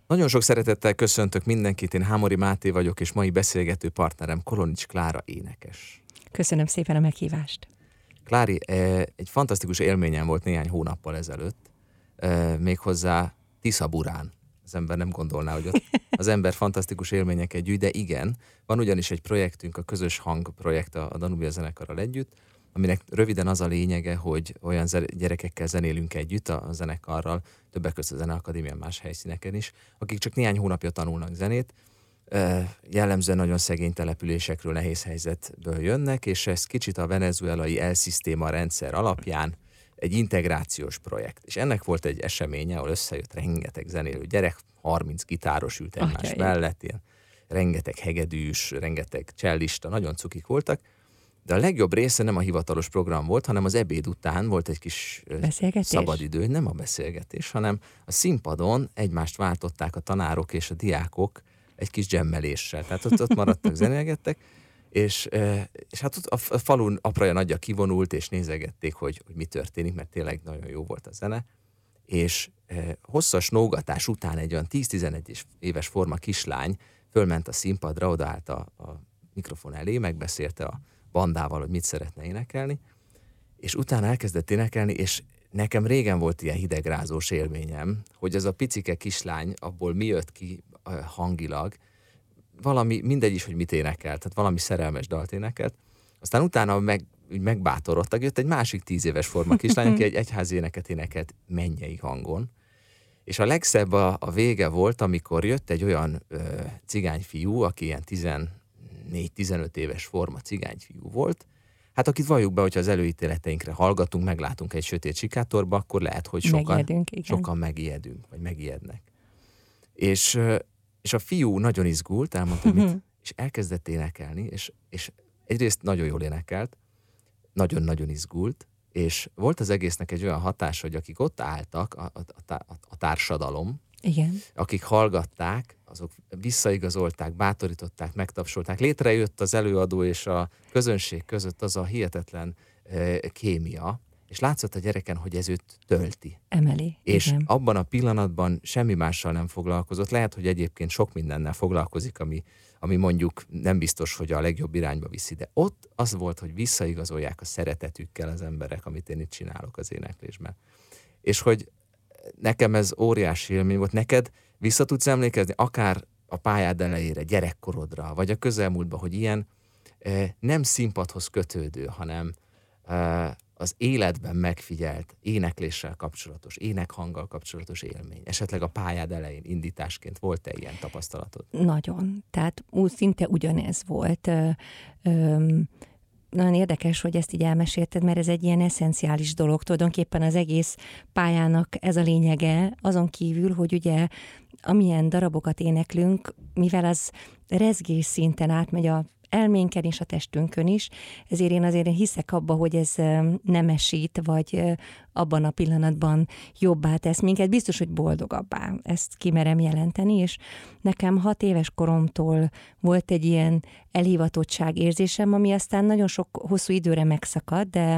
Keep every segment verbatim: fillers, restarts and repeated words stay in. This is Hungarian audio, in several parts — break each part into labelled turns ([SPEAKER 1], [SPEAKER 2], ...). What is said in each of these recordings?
[SPEAKER 1] Nagyon sok szeretettel köszöntök mindenkit, én Hámori Máté vagyok, és mai beszélgető partnerem Kolonics Klára énekes.
[SPEAKER 2] Köszönöm szépen a meghívást.
[SPEAKER 1] Klári, egy fantasztikus élményem volt néhány hónappal ezelőtt, méghozzá Tiszaburán. Az ember nem gondolná, hogy ott az ember fantasztikus élményeket gyűjt, de igen, van ugyanis egy projektünk, a Közös Hang projekt a Danubia zenekarral együtt, aminek röviden az a lényege, hogy olyan gyerekekkel zenélünk együtt a zenekarral, többek között a Zeneakadémián más helyszíneken is, akik csak néhány hónapja tanulnak zenét, jellemzően nagyon szegény településekről, nehéz helyzetből jönnek, és ez kicsit a venezuelai elszisztéma rendszer alapján egy integrációs projekt. És ennek volt egy eseménye, ahol összejött rengeteg zenélő gyerek, harminc gitáros ült egymás
[SPEAKER 2] Atyai.
[SPEAKER 1] mellett, ilyen rengeteg hegedűs, rengeteg csellista, nagyon cukik voltak, de a legjobb része nem a hivatalos program volt, hanem az ebéd után volt egy kis szabadidő, nem a beszélgetés, hanem a színpadon egymást váltották a tanárok és a diákok egy kis dzsemmeléssel. Tehát ott, ott maradtak, zenélgettek, és, és hát ott a falun apraja nagyja kivonult, és nézegették, hogy, hogy mi történik, mert tényleg nagyon jó volt a zene, és hosszas nógatás után egy olyan tíz-tizenegy éves forma kislány fölment a színpadra, odaállt a, a mikrofon elé, megbeszélte a bandával, hogy mit szeretne énekelni, és utána elkezdett énekelni, és nekem régen volt ilyen hidegrázós élményem, hogy az a picike kislány, abból mi jött ki hangilag, valami, mindegy is, hogy mit énekelt, tehát valami szerelmes dalt énekelt, aztán utána meg, úgy megbátorodtak, jött egy másik tíz éves forma kislány, aki egy egyházi éneket énekelt mennyei hangon, és a legszebb a, a vége volt, amikor jött egy olyan ö, cigányfiú, aki ilyen tizennégy-tizenöt éves forma cigányfiú volt, hát akit valljuk be, hogyha az előítéleteinkre hallgatunk, meglátunk egy sötét sikátorba, akkor lehet, hogy sokan, sokan megijedünk, vagy megijednek. És, és a fiú nagyon izgult, elmondta, hogy mit, és elkezdett énekelni, és, és egyrészt nagyon jól énekelt, nagyon-nagyon izgult, és volt az egésznek egy olyan hatás, hogy akik ott álltak, a, a, a, a társadalom,
[SPEAKER 2] igen,
[SPEAKER 1] akik hallgatták, azok visszaigazolták, bátorították, megtapsolták. Létrejött az előadó és a közönség között az a hihetetlen e, kémia, és látszott a gyereken, hogy ez őt tölti.
[SPEAKER 2] Emeli.
[SPEAKER 1] És
[SPEAKER 2] igen.
[SPEAKER 1] abban a pillanatban semmi mással nem foglalkozott. Lehet, hogy egyébként sok mindennel foglalkozik, ami, ami mondjuk nem biztos, hogy a legjobb irányba viszi, de ott az volt, hogy visszaigazolják a szeretetükkel az emberek, amit én itt csinálok az éneklésben. És hogy nekem ez óriási élmény volt. Neked vissza tudsz emlékezni akár a pályád elejére, gyerekkorodra, vagy a közelmúltban, hogy ilyen eh, nem színpadhoz kötődő, hanem eh, az életben megfigyelt énekléssel kapcsolatos, énekhanggal kapcsolatos élmény. Esetleg a pályád elején indításként volt-e ilyen tapasztalatod?
[SPEAKER 2] Nagyon. Tehát úgy szinte ugyanez volt. Ö, ö, Nagyon érdekes, hogy ezt így elmesélted, mert ez egy ilyen eszenciális dolog. Tulajdonképpen az egész pályának ez a lényege, azon kívül, hogy ugye amilyen darabokat éneklünk, mivel az rezgés szinten átmegy a elménken és a testünkön is, ezért én azért hiszek abba, hogy ez nemesít, vagy abban a pillanatban jobbá tesz minket, biztos, hogy boldogabbá, ezt kimerem jelenteni, és nekem hat éves koromtól volt egy ilyen elhivatottság érzésem, ami aztán nagyon sok hosszú időre megszakadt, de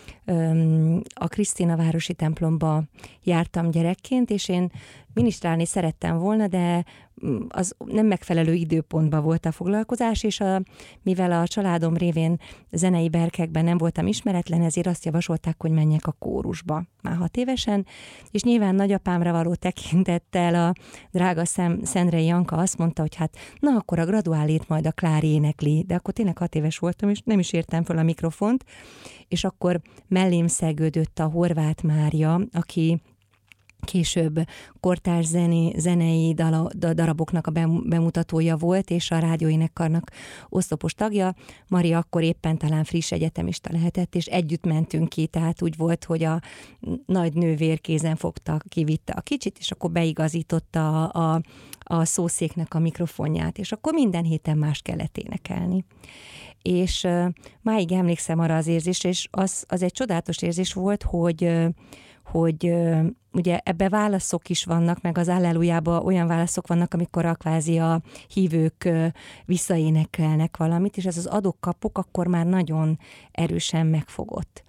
[SPEAKER 2] a Krisztina városi templomba jártam gyerekként, és én minisztrálni szerettem volna, de az nem megfelelő időpontban volt a foglalkozás, és a, mivel a családom révén zenei berkekben nem voltam ismeretlen, ezért azt javasolták, hogy menjek a kórusba már hat évesen, és nyilván nagyapámra való tekintettel a drága Szem, Szendrei Janka azt mondta, hogy hát na akkor a graduálét majd a Klári énekli, de akkor tényleg hat éves voltam, és nem is értem föl a mikrofont, és akkor mellém szegődött a Horváth Mária, aki később kortárs zené, zenei dala, daraboknak a bemutatója volt, és a rádióénekkarnak oszlopos tagja. Maria akkor éppen talán friss egyetemista lehetett, és együtt mentünk ki, tehát úgy volt, hogy a nagy nővér kézen fogta, kivitte a kicsit, és akkor beigazította a, a, a szószéknek a mikrofonját, és akkor minden héten más kellett énekelni. És uh, máig emlékszem arra az érzésre, és az, az egy csodálatos érzés volt, hogy uh, hogy uh, ugye ebbe válaszok is vannak, meg az Allelujában olyan válaszok vannak, amikor a kvázi a hívők uh, visszaénekelnek valamit, és ez az adok-kapok akkor már nagyon erősen megfogott.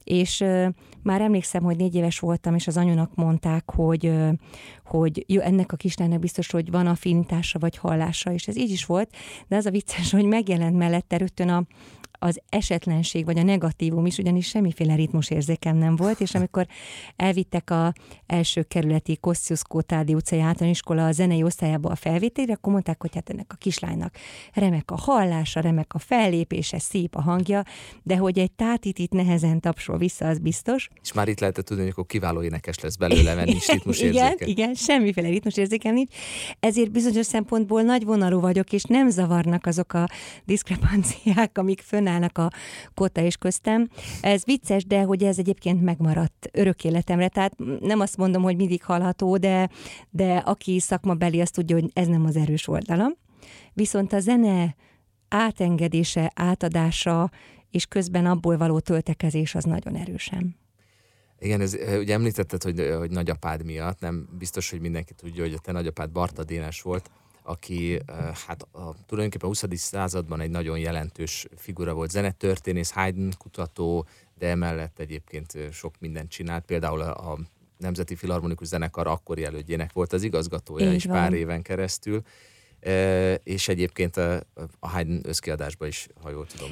[SPEAKER 2] És már emlékszem, hogy négy éves voltam, és az anyunak mondták, hogy, hogy jó, ennek a kislánynak biztos, hogy van affinitása vagy hallása, és ez így is volt, de az a vicces, hogy megjelent mellette rögtön a az esetlenség, vagy a negatívum is, ugyanis semmiféle ritmusérzékem nem volt, és amikor elvittek a első kerületi Kosciuszko-Thády utcai általános iskola a zenei osztályába a felvételre, akkor mondták, hogy hát ennek a kislánynak remek a hallása, remek a fellépése, szép a hangja, de hogy egy tátitit nehezen tapsol vissza, az biztos.
[SPEAKER 1] És már itt lehetett tudni, hogy akkor kiváló énekes lesz belőle, mert nincs ritmusérzéke.
[SPEAKER 2] Igen, igen, semmiféle ritmusérzékem nincs. Ezért bizonyos szempontból nagy vonalú vagyok, és nem zavarnak azok a diszkrepanciák, amik fönn állnak a Kota és köztem. Ez vicces, de hogy ez egyébként megmaradt örök életemre, tehát nem azt mondom, hogy mindig hallható, de, de aki szakmabeli, azt tudja, hogy ez nem az erős oldalam. Viszont a zene átengedése, átadása, és közben abból való töltekezés az nagyon erősen.
[SPEAKER 1] Igen, ez, ugye említetted, hogy, hogy nagyapád miatt, nem biztos, hogy mindenki tudja, hogy a te nagyapád Barta Dénes volt, aki hát a, tulajdonképpen a huszadik században egy nagyon jelentős figura volt, zenetörténész, Haydn kutató, de emellett egyébként sok mindent csinált. Például a, a Nemzeti Filharmonikus Zenekar akkori elődjének volt az igazgatója is pár éven keresztül, e, és egyébként a, a Haydn összkiadásban is, ha jól tudom,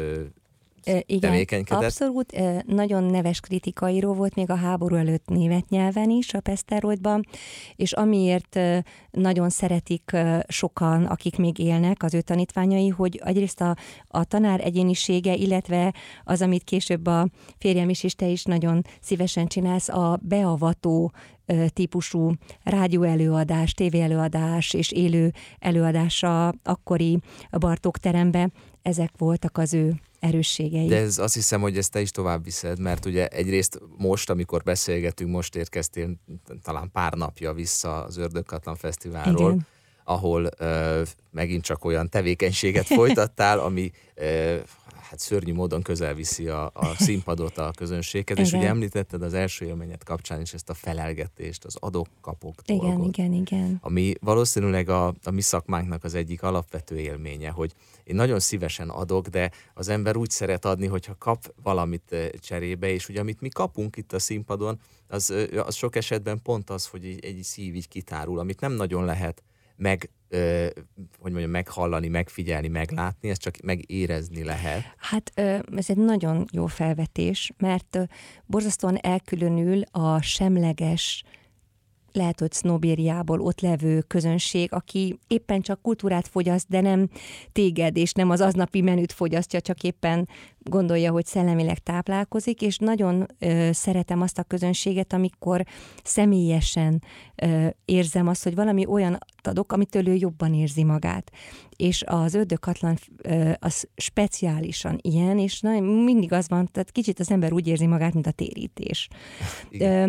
[SPEAKER 1] tevékenykedett.
[SPEAKER 2] Abszolút, nagyon neves kritikaíró volt még a háború előtt német nyelven is a Peszteroidban, és amiért nagyon szeretik sokan, akik még élnek, az ő tanítványai, hogy egyrészt a, a tanár egyénisége, illetve az, amit később a férjem is, és te is nagyon szívesen csinálsz, a beavató típusú rádióelőadás, tévéelőadás és élő előadása akkori Bartók terembe, ezek voltak az ő erősségei.
[SPEAKER 1] De ez azt hiszem, hogy ezt te is tovább viszed, mert ugye egyrészt most, amikor beszélgetünk, most érkeztél talán pár napja vissza az Ördögkatlan Fesztiválról, igen, ahol uh, megint csak olyan tevékenységet folytattál, ami uh, hát szörnyű módon közel viszi a, a színpadot a közönséghez, és ugye említetted az első élményed kapcsán is ezt a felelgetést, az adok-kapok
[SPEAKER 2] igen,
[SPEAKER 1] dolgot.
[SPEAKER 2] Igen, igen,
[SPEAKER 1] ami valószínűleg a, a mi szakmánknak az egyik alapvető élménye, hogy én nagyon szívesen adok, de az ember úgy szeret adni, hogyha kap valamit cserébe, és ugye amit mi kapunk itt a színpadon, az, az sok esetben pont az, hogy egy, egy szív így kitárul, amit nem nagyon lehet meg, ö, hogy mondjam, meghallani, megfigyelni, meglátni, ezt csak megérezni lehet.
[SPEAKER 2] Hát ez egy nagyon jó felvetés, mert borzasztóan elkülönül a semleges, lehet, hogy sznobériából ott levő közönség, aki éppen csak kultúrát fogyaszt, de nem téged, és nem az aznapi menüt fogyasztja, csak éppen gondolja, hogy szellemileg táplálkozik, és nagyon ö, szeretem azt a közönséget, amikor személyesen ö, érzem azt, hogy valami olyan adok, amitől ő jobban érzi magát. És az Ördögkatlan ö, az speciálisan ilyen, és na, mindig az van, tehát kicsit az ember úgy érzi magát, mint a térítés. Ö,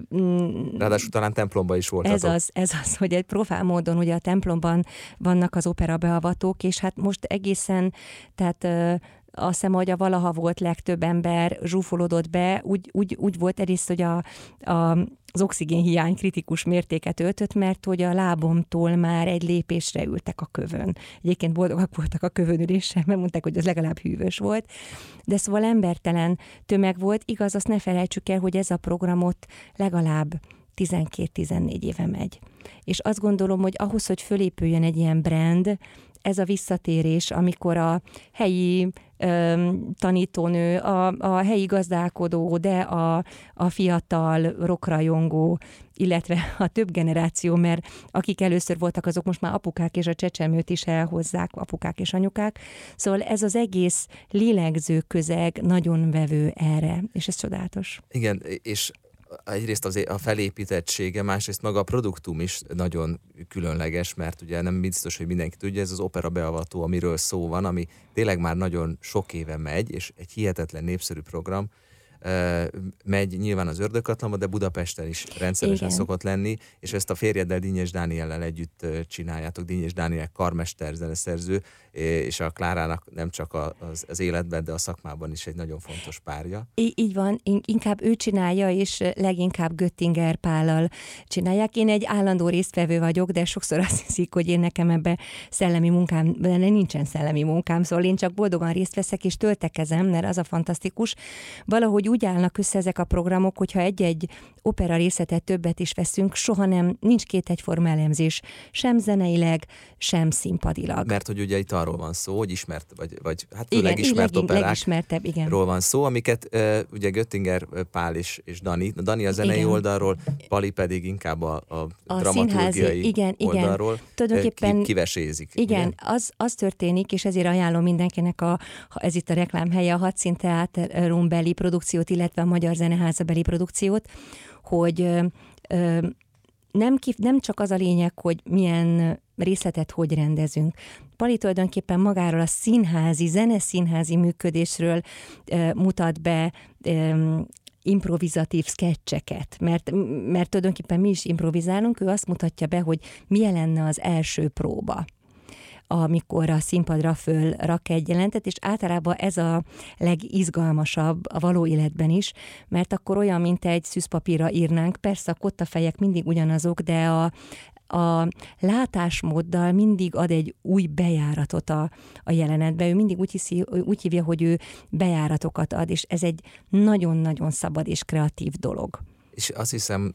[SPEAKER 1] Ráadásul talán templomban is voltatok.
[SPEAKER 2] Ez az, ez az, hogy egy profán módon ugye a templomban vannak az opera beavatók, és hát most egészen, tehát ö, azt hiszem, hogy a valaha volt legtöbb ember zsúfolódott be, úgy, úgy, úgy volt egyrészt, hogy a, a, az oxigénhiány kritikus mértéket öltött, mert hogy a lábomtól már egy lépésre ültek a kövön. Egyébként boldogak voltak a kövönüléssel, mert mondták, hogy az legalább hűvös volt. De szóval embertelen tömeg volt. Igaz, azt ne felejtsük el, hogy ez a programot legalább tizenkét-tizennégy éve megy. És azt gondolom, hogy ahhoz, hogy fölépüljön egy ilyen brand, ez a visszatérés, amikor a helyi ö, tanítónő, a, a helyi gazdálkodó, de a, a fiatal rockrajongó, illetve a több generáció, mert akik először voltak, azok most már apukák, és a csecsemőt is elhozzák, apukák és anyukák. Szóval ez az egész lélegző közeg nagyon vevő erre, és ez csodálatos.
[SPEAKER 1] Igen, és egyrészt azért a felépítettsége, másrészt maga a produktum is nagyon különleges, mert ugye nem biztos, hogy mindenki tudja, ez az opera beavató, amiről szó van, ami tényleg már nagyon sok éve megy, és egy hihetetlen népszerű program, megy nyilván az Ördögkatlanba, de Budapesten is rendszeresen igen. szokott lenni, és ezt a férjeddel, Dínyes Dániellel együtt csináljátok. Dínyes Dániel karmester, zeneszerző, és a Klárának nem csak az, az életben, de a szakmában is egy nagyon fontos párja.
[SPEAKER 2] Í- így van, inkább ő csinálja, és leginkább Göttinger Pállal csinálják. Én egy állandó résztvevő vagyok, de sokszor azt hiszik, hogy én nekem ebbe szellemi munkám, de nincsen szellemi munkám, szóval én csak boldogan részt veszek, és töltekezem, mert az a fantasztikus. Valahogy hogy úgy állnak össze ezek a programok, hogyha egy-egy opera részletet többet is veszünk, soha nem, nincs két egyforma elemzés, sem zeneileg, sem színpadilag.
[SPEAKER 1] Mert hogy ugye itt arról van szó, hogy ismert, vagy, vagy hát főleg
[SPEAKER 2] igen,
[SPEAKER 1] ismert
[SPEAKER 2] operákról
[SPEAKER 1] van szó, amiket uh, ugye Göttinger, Pál és, és Dani, Dani a zenei igen. oldalról, Pali pedig inkább a, a, a dramaturgiai
[SPEAKER 2] igen,
[SPEAKER 1] oldalról
[SPEAKER 2] igen. Tulajdonképpen
[SPEAKER 1] kivesézik.
[SPEAKER 2] Igen, az, az történik, és ezért ajánlom mindenkinek, a, ez itt a reklámhelye, a Hadszínteátrum beli produkciót, illetve a Magyar Zeneháza beli produkciót, hogy ö, ö, nem, kif, nem csak az a lényeg, hogy milyen részletet hogy rendezünk. Pali tulajdonképpen magáról a színházi, zeneszínházi működésről ö, mutat be ö, improvizatív sketcheket, mert, mert tulajdonképpen mi is improvizálunk, ő azt mutatja be, hogy milyen lenne az első próba, amikor a színpadra föl rak egy jelentet, és általában ez a legizgalmasabb a való életben is, mert akkor olyan, mint egy szűzpapírra írnánk, persze a kottafejek mindig ugyanazok, de a, a látásmóddal mindig ad egy új bejáratot a, a jelenetbe. Ő mindig úgy, hiszi, úgy hívja, hogy ő bejáratokat ad, és ez egy nagyon-nagyon szabad és kreatív dolog.
[SPEAKER 1] És azt hiszem,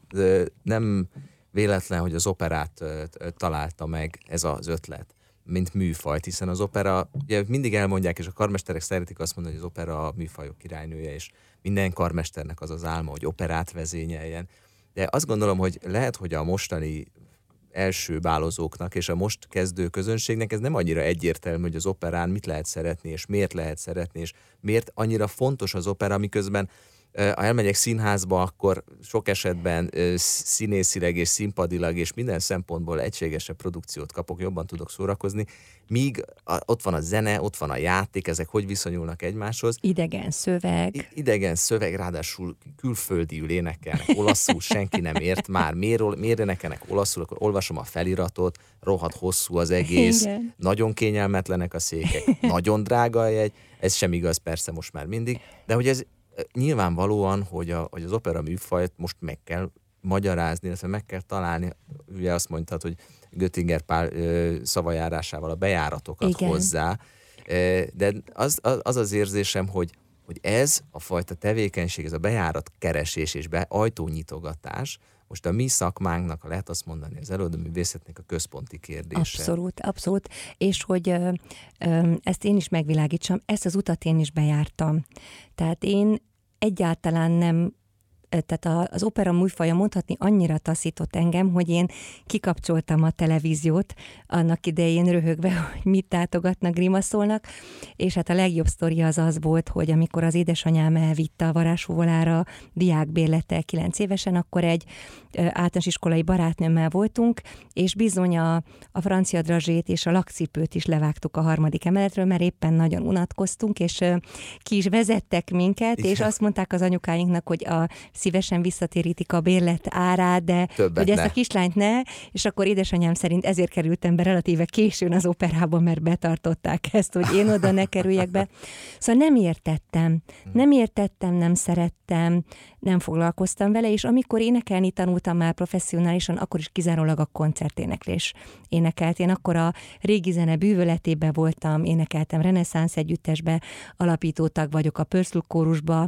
[SPEAKER 1] nem véletlen, hogy az operát találta meg ez az ötlet, mint műfajt, hiszen az opera, ugye mindig elmondják, és a karmesterek szeretik azt mondani, hogy az opera a műfajok királynője, és minden karmesternek az az álma, hogy operát vezényeljen. De azt gondolom, hogy lehet, hogy a mostani első bálozóknak és a most kezdő közönségnek ez nem annyira egyértelmű, hogy az operán mit lehet szeretni, és miért lehet szeretni, és miért annyira fontos az opera, miközben ha elmegyek színházba, akkor sok esetben színészileg és színpadilag és minden szempontból egységesebb produkciót kapok, jobban tudok szórakozni, míg ott van a zene, ott van a játék, ezek hogy viszonyulnak egymáshoz.
[SPEAKER 2] Idegen szöveg.
[SPEAKER 1] Idegen szöveg, ráadásul külföldiül énekelnek, olaszul senki nem ért már. Miért, miért énekelnek olaszul, akkor olvasom a feliratot, rohadt hosszú az egész, igen. Nagyon kényelmetlenek a székek, nagyon drága a jegy, ez sem igaz persze most már mindig, de hogy ez nyilvánvalóan, hogy, a, hogy az opera műfajt most meg kell magyarázni, illetve meg kell találni, ugye azt mondtad, hogy Göttinger Pál ö, szavajárásával a bejáratokat igen. hozzá, e, de az, az az, az érzésem, hogy, hogy ez a fajta tevékenység, ez a bejárat keresés és be, ajtónyitogatás, most a mi szakmánknak, lehet azt mondani, az előadóművészetnek a központi kérdése.
[SPEAKER 2] Abszolút, abszolút, és hogy ö, ö, ezt én is megvilágítsam, ezt az utat én is bejártam. Tehát én egyáltalán nem, tehát az opera műfaja mondhatni annyira taszított engem, hogy én kikapcsoltam a televíziót annak idején röhögve, hogy mit tátogatnak, grimaszolnak, és hát a legjobb sztori az az volt, hogy amikor az édesanyám elvitte a varázsfúvolára diákbérlettel kilenc évesen, akkor egy általános iskolai barátnőmmel voltunk, és bizony a, a francia drazsét és a lakcipőt is levágtuk a harmadik emeletről, mert éppen nagyon unatkoztunk, és ki is vezettek minket, igen. És azt mondták az anyukáinknak, hogy a szívesen visszatérítik a bérlet árát, de
[SPEAKER 1] többet
[SPEAKER 2] hogy
[SPEAKER 1] ne.
[SPEAKER 2] Ezt a kislányt ne, és akkor édesanyám szerint ezért kerültem be relatíve későn az operába, mert betartották ezt, hogy én oda ne kerüljek be. Szóval nem értettem, nem értettem, nem szerettem, nem foglalkoztam vele, és amikor énekelni tanultam már professzionálisan, akkor is kizárólag a koncerténeklés énekelt. Én akkor a régi zene bűvöletében voltam, énekeltem reneszánsz együttesbe, alapítótag vagyok a Pörszluk kórusba,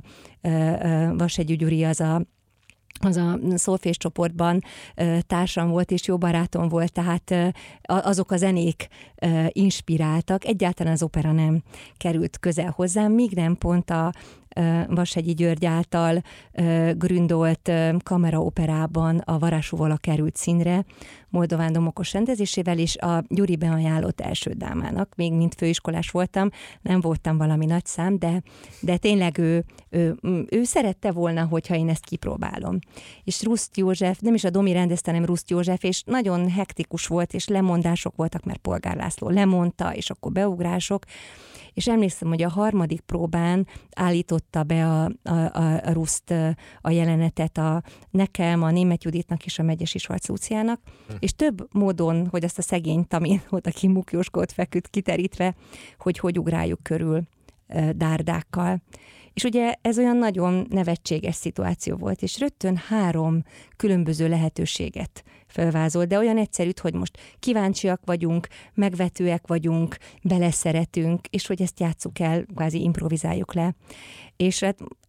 [SPEAKER 2] Vasegyű Gyuri az a az a szolfés csoportban társam volt, és jó barátom volt, tehát azok a zenék inspiráltak. Egyáltalán az opera nem került közel hozzám, míg nem pont a Vashegyi György által gründolt kameraoperában a Varázsfúvola került színre, Moldován Domokos rendezésével, és a Gyuri beajánlott első dámának, még mint főiskolás voltam, nem voltam valami nagy szám, de, de tényleg ő, ő, ő szerette volna, hogyha én ezt kipróbálom. És Ruszt József, nem is a Domi rendezte, hanem Ruszt József, és nagyon hektikus volt, és lemondások voltak, mert Polgár László lemondta, és akkor beugrások, és emlékszem, hogy a harmadik próbán állította be a, a, a, a Ruszt a jelenetet a nekem, a Németh Juditnak és a Megyesi Svarc Lúciának, hm. és több módon, hogy azt a szegény Tamin volt, aki mukjóskót feküdt kiterítve, hogy hogy ugráljuk körül dárdákkal. És ugye ez olyan nagyon nevetséges szituáció volt, és rögtön három különböző lehetőséget felvázolt, de olyan egyszerűt, hogy most kíváncsiak vagyunk, megvetőek vagyunk, beleszeretünk, és hogy ezt játsszuk el, kvázi improvizáljuk le. És hát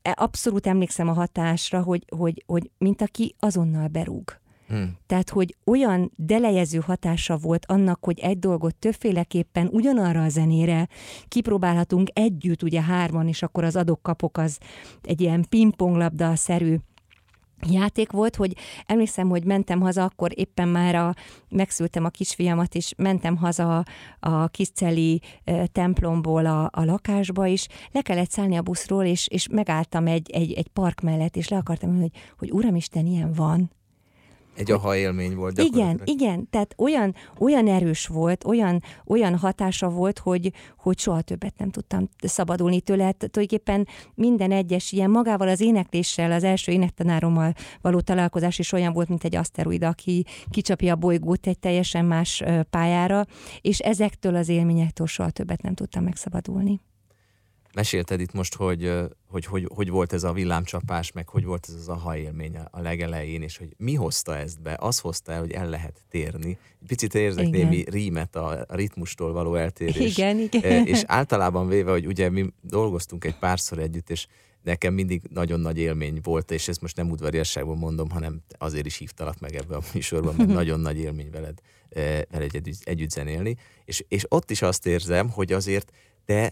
[SPEAKER 2] abszolút emlékszem a hatásra, hogy, hogy, hogy mint aki azonnal berúg. Hmm. Tehát, hogy olyan delejező hatása volt annak, hogy egy dolgot többféleképpen ugyanarra a zenére kipróbálhatunk együtt, ugye hárman, és akkor az adok-kapok az egy ilyen pingponglabda-szerű játék volt, hogy emlékszem, hogy mentem haza, akkor éppen már a, megszültem a kisfiamat, és mentem haza a Kisceli e, templomból a, a lakásba, és le kellett szállni a buszról, és, és megálltam egy, egy, egy park mellett, és le akartam mondani, hogy, hogy Uramisten, ilyen van.
[SPEAKER 1] Egy aha élmény volt.
[SPEAKER 2] Igen, igen, tehát olyan, olyan erős volt, olyan, olyan hatása volt, hogy, hogy soha többet nem tudtam szabadulni tőle. Hát tulajdonképpen minden egyes ilyen magával az énekléssel, az első énektanárommal való találkozás is olyan volt, mint egy aszteroid, aki kicsapja a bolygót egy teljesen más pályára, és ezektől az élményektől soha többet nem tudtam megszabadulni.
[SPEAKER 1] Mesélted itt most, hogy hogy, hogy hogy volt ez a villámcsapás, meg hogy volt ez az aha élmény a legelején, és hogy mi hozta ezt be? Az hozta el, hogy el lehet térni. Picit érzek igen. némi rímet a, a ritmustól való eltérés.
[SPEAKER 2] Igen, igen.
[SPEAKER 1] És általában véve, hogy ugye mi dolgoztunk egy párszor együtt, és nekem mindig nagyon nagy élmény volt, és ezt most nem udvariasságban mondom, hanem azért is hívtalak meg ebbe a műsorban, mert nagyon nagy élmény veled, veled együtt, együtt zenélni. És, és ott is azt érzem, hogy azért te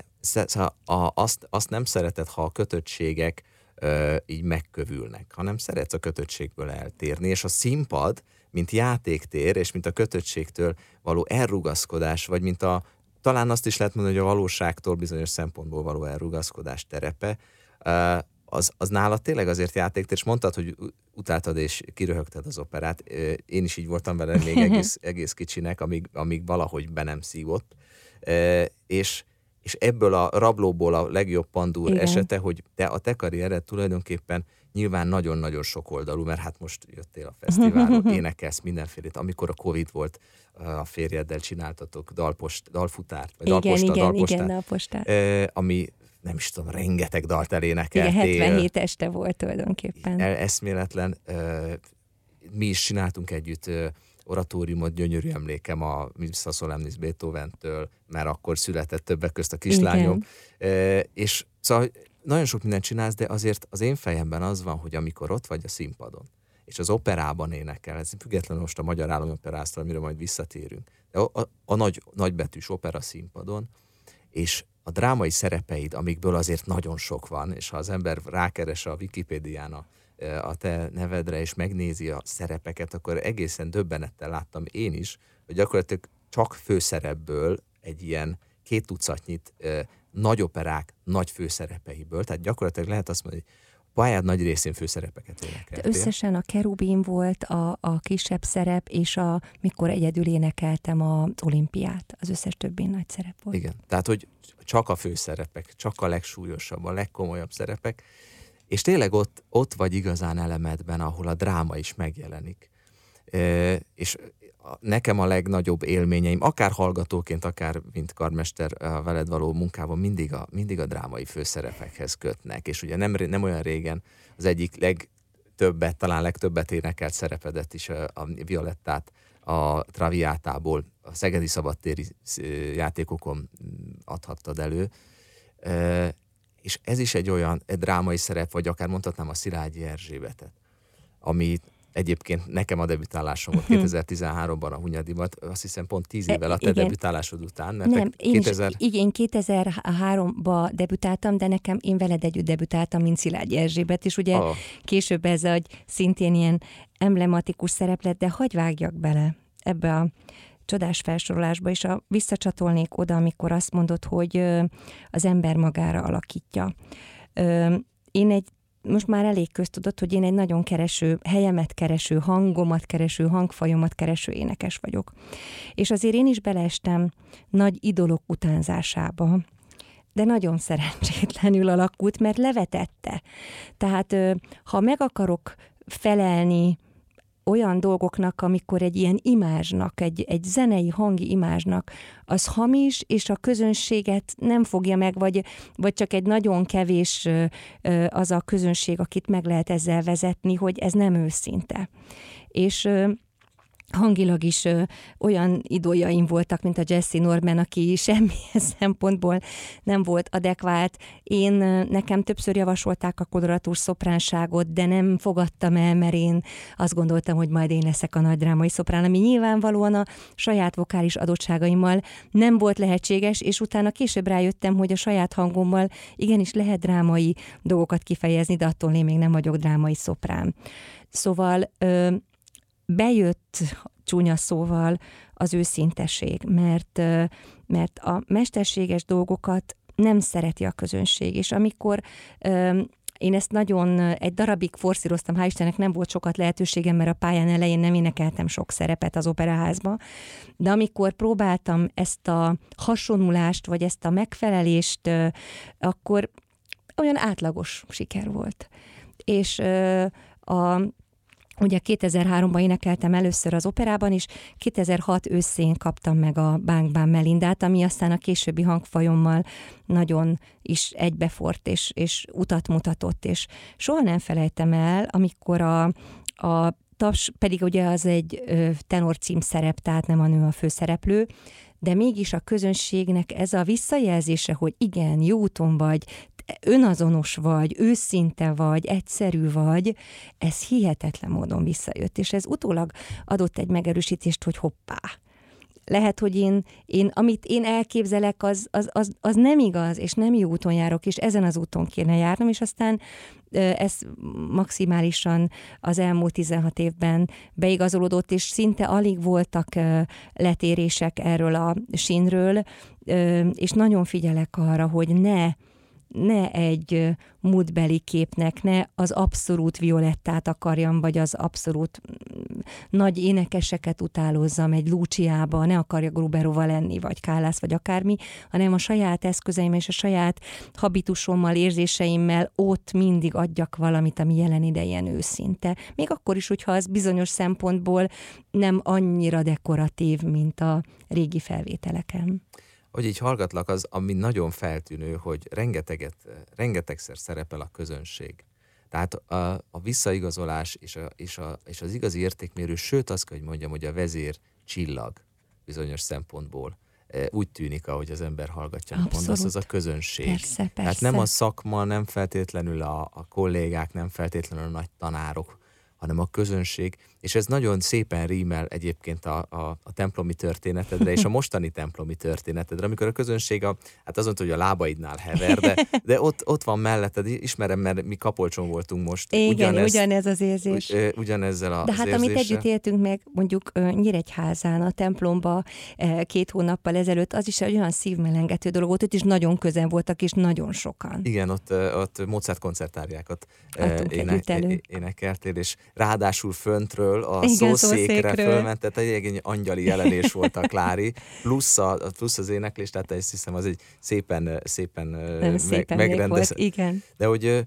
[SPEAKER 1] azt, azt nem szereted, ha a kötöttségek ö, így megkövülnek, hanem szeretsz a kötöttségből eltérni, és a színpad, mint játéktér, és mint a kötöttségtől való elrugaszkodás, vagy mint a, talán azt is lehet mondani, hogy a valóságtól bizonyos szempontból való elrugaszkodás terepe, ö, az, az nála tényleg azért játéktér, és mondtad, hogy utáltad és kiröhögted az operát. Én is így voltam vele még egész, egész kicsinek, amíg, amíg valahogy be nem szívott. Ö, és és ebből a rablóból a legjobb pandúr igen. esete, hogy te a te karriered tulajdonképpen nyilván nagyon-nagyon sokoldalú, mert hát most jöttél a fesztiválról, énekelsz mindenfélét. Amikor a Covid volt, a férjeddel csináltatok dalpost, dalfutárt, vagy
[SPEAKER 2] igen,
[SPEAKER 1] dalposta,
[SPEAKER 2] igen,
[SPEAKER 1] dalpostát,
[SPEAKER 2] igen, dalpostát.
[SPEAKER 1] Eh, ami nem is tudom, rengeteg dalt elénekeltél.
[SPEAKER 2] Igen, hetvenhét este volt tulajdonképpen.
[SPEAKER 1] Eszméletlen. Eh, mi is csináltunk együtt eh, oratóriumot, gyönyörű emlékem a Missa Solemnis Beethoventől, mert akkor született többek közt a kislányom. E, és szóval nagyon sok mindent csinálsz, de azért az én fejemben az van, hogy amikor ott vagy a színpadon, és az operában énekel, ez függetlenül most a Magyar Állami Operáztól, amire majd visszatérünk, de a, a, a nagy, nagybetűs opera színpadon, és a drámai szerepeid, amikből azért nagyon sok van, és ha az ember rákeres a Wikipédián a a te nevedre, és megnézi a szerepeket, akkor egészen döbbenettel láttam én is, hogy gyakorlatilag csak főszerepből egy ilyen két tucatnyit eh, nagy operák, nagy főszerepeiből, tehát gyakorlatilag lehet azt mondani, hogy a pályád nagy részén főszerepeket énekeltél.
[SPEAKER 2] Összesen a Kerubin volt a, a kisebb szerep, és a, mikor egyedül énekeltem az olimpiát, az összes többi nagy szerep volt.
[SPEAKER 1] Igen, tehát hogy csak a főszerepek, csak a legsúlyosabb, a legkomolyabb szerepek, és tényleg ott, ott vagy igazán elemedben, ahol a dráma is megjelenik. E, és nekem a legnagyobb élményeim, akár hallgatóként, akár mint karmester a veled való munkában mindig a, mindig a drámai főszerepekhez kötnek. És ugye nem, nem olyan régen az egyik legtöbbet, talán legtöbbet énekelt szerepedet is, a, a Violettát a Traviátából, a Szegedi Szabadtéri játékokon adhattad elő. E, és ez is egy olyan egy drámai szerep, vagy akár mondhatnám a Szilágyi Erzsébetet, ami egyébként nekem a debütálásom volt kétezer-tizenháromban a Hunyadiban, azt hiszem pont tíz évvel a te igen. debütálásod után. Mert
[SPEAKER 2] nem, én,
[SPEAKER 1] kétezer...
[SPEAKER 2] is, igen, kétezer-háromban debütáltam, de nekem én veled együtt debütáltam, mint Szilágyi Erzsébet, és ugye oh. később ez egy szintén ilyen emblematikus szerep lett, de hagyj vágjak bele ebbe a csodás felsorolásba, és a, visszacsatolnék oda, amikor azt mondod, hogy ö, az ember magára alakítja. Ö, én egy, most már elég köztudott, hogy én egy nagyon kereső, helyemet kereső, hangomat kereső, hangfajomat kereső énekes vagyok. És azért én is beleestem nagy idolok utánzásába, de nagyon szerencsétlenül alakult, mert levetette. Tehát ö, ha meg akarok felelni olyan dolgoknak, amikor egy ilyen imázsnak, egy, egy zenei hangi imázsnak, az hamis, és a közönséget nem fogja meg, vagy, vagy csak egy nagyon kevés az a közönség, akit meg lehet ezzel vezetni, hogy ez nem őszinte. És hangilag is ö, olyan idójaim voltak, mint a Jessye Norman, aki semmilyen szempontból nem volt adekvált. Én, ö, nekem többször javasolták a koloratúr szopránságot, de nem fogadtam el, mert én azt gondoltam, hogy majd én leszek a nagy drámai szoprán, ami nyilvánvalóan a saját vokális adottságaimmal nem volt lehetséges, és utána később rájöttem, hogy a saját hangommal igenis lehet drámai dolgokat kifejezni, de attól én még nem vagyok drámai szoprán. Szóval ö, bejött csúnya szóval az őszintesség, mert, mert a mesterséges dolgokat nem szereti a közönség, és amikor én ezt nagyon egy darabig forszíroztam, hál' Istennek nem volt sokat lehetőségem, mert a pályán elején nem énekeltem sok szerepet az operaházba, de amikor próbáltam ezt a hasonlulást, vagy ezt a megfelelést, akkor olyan átlagos siker volt. És a Ugye kétezer-háromban énekeltem először az operában, és kétezer-hat őszén kaptam meg a Bánkban Melindát, ami aztán a későbbi hangfajommal nagyon is egybefort, és, és utat mutatott, és soha nem felejtem el, amikor a, a taps, pedig ugye az egy tenor címszerep, tehát nem a nő a főszereplő, de mégis a közönségnek ez a visszajelzése, hogy igen, jó úton vagy, önazonos vagy, őszinte vagy, egyszerű vagy, ez hihetetlen módon visszajött, és ez utólag adott egy megerősítést, hogy hoppá, lehet, hogy én, én amit én elképzelek, az, az, az, az nem igaz, és nem jó úton járok, és ezen az úton kéne járnom, és aztán ez maximálisan az elmúlt tizenhat évben beigazolódott, és szinte alig voltak letérések erről a sínről, és nagyon figyelek arra, hogy ne ne egy múltbeli képnek, ne az abszolút Violettát akarjam, vagy az abszolút nagy énekeseket utálozzam egy Luciába, ne akarja Gruberova lenni, vagy Kállász, vagy akármi, hanem a saját eszközeim és a saját habitusommal, érzéseimmel ott mindig adjak valamit, ami jelen idején őszinte. Még akkor is, hogyha az bizonyos szempontból nem annyira dekoratív, mint a régi felvételeken.
[SPEAKER 1] Hogy így hallgatlak, az, ami nagyon feltűnő, hogy rengeteget, rengetegszer szerepel a közönség. Tehát a, a visszaigazolás és, a, és, a, és az igazi értékmérő, sőt azt kell, hogy mondjam, hogy a vezér csillag bizonyos szempontból. Úgy tűnik, ahogy az ember hallgatja, amit mondasz, az a közönség.
[SPEAKER 2] Persze, persze.
[SPEAKER 1] Tehát nem a szakma, nem feltétlenül a, a kollégák, nem feltétlenül a nagy tanárok, hanem a közönség, és ez nagyon szépen rímel egyébként a, a, a templomi történetedre, és a mostani templomi történetedre, amikor a közönség, a, hát az mondta, hogy a lábaidnál hever, de, de ott, ott van melletted, ismerem, mert mi Kapolcson voltunk most.
[SPEAKER 2] Igen, ugyanez, ugyanez az érzés.
[SPEAKER 1] Ugy, ugyanezzel az
[SPEAKER 2] De hát
[SPEAKER 1] érzéssel.
[SPEAKER 2] amit együtt éltünk meg, mondjuk Nyíregyházán, a templomba két hónappal ezelőtt, az is egy olyan szívmelengető dolog volt, ott is nagyon közel voltak, és nagyon sokan.
[SPEAKER 1] Igen, ott, ott Mozart koncertáriákat
[SPEAKER 2] éne,
[SPEAKER 1] énekeltél, és ráadásul föntről a igen, szószékre fölment, tehát egy, egy angyali jelenés volt a Klári, plusz, a, plusz az éneklés, tehát azt hiszem az egy szépen, szépen,
[SPEAKER 2] meg, szépen megrendezett. Igen.
[SPEAKER 1] De hogy,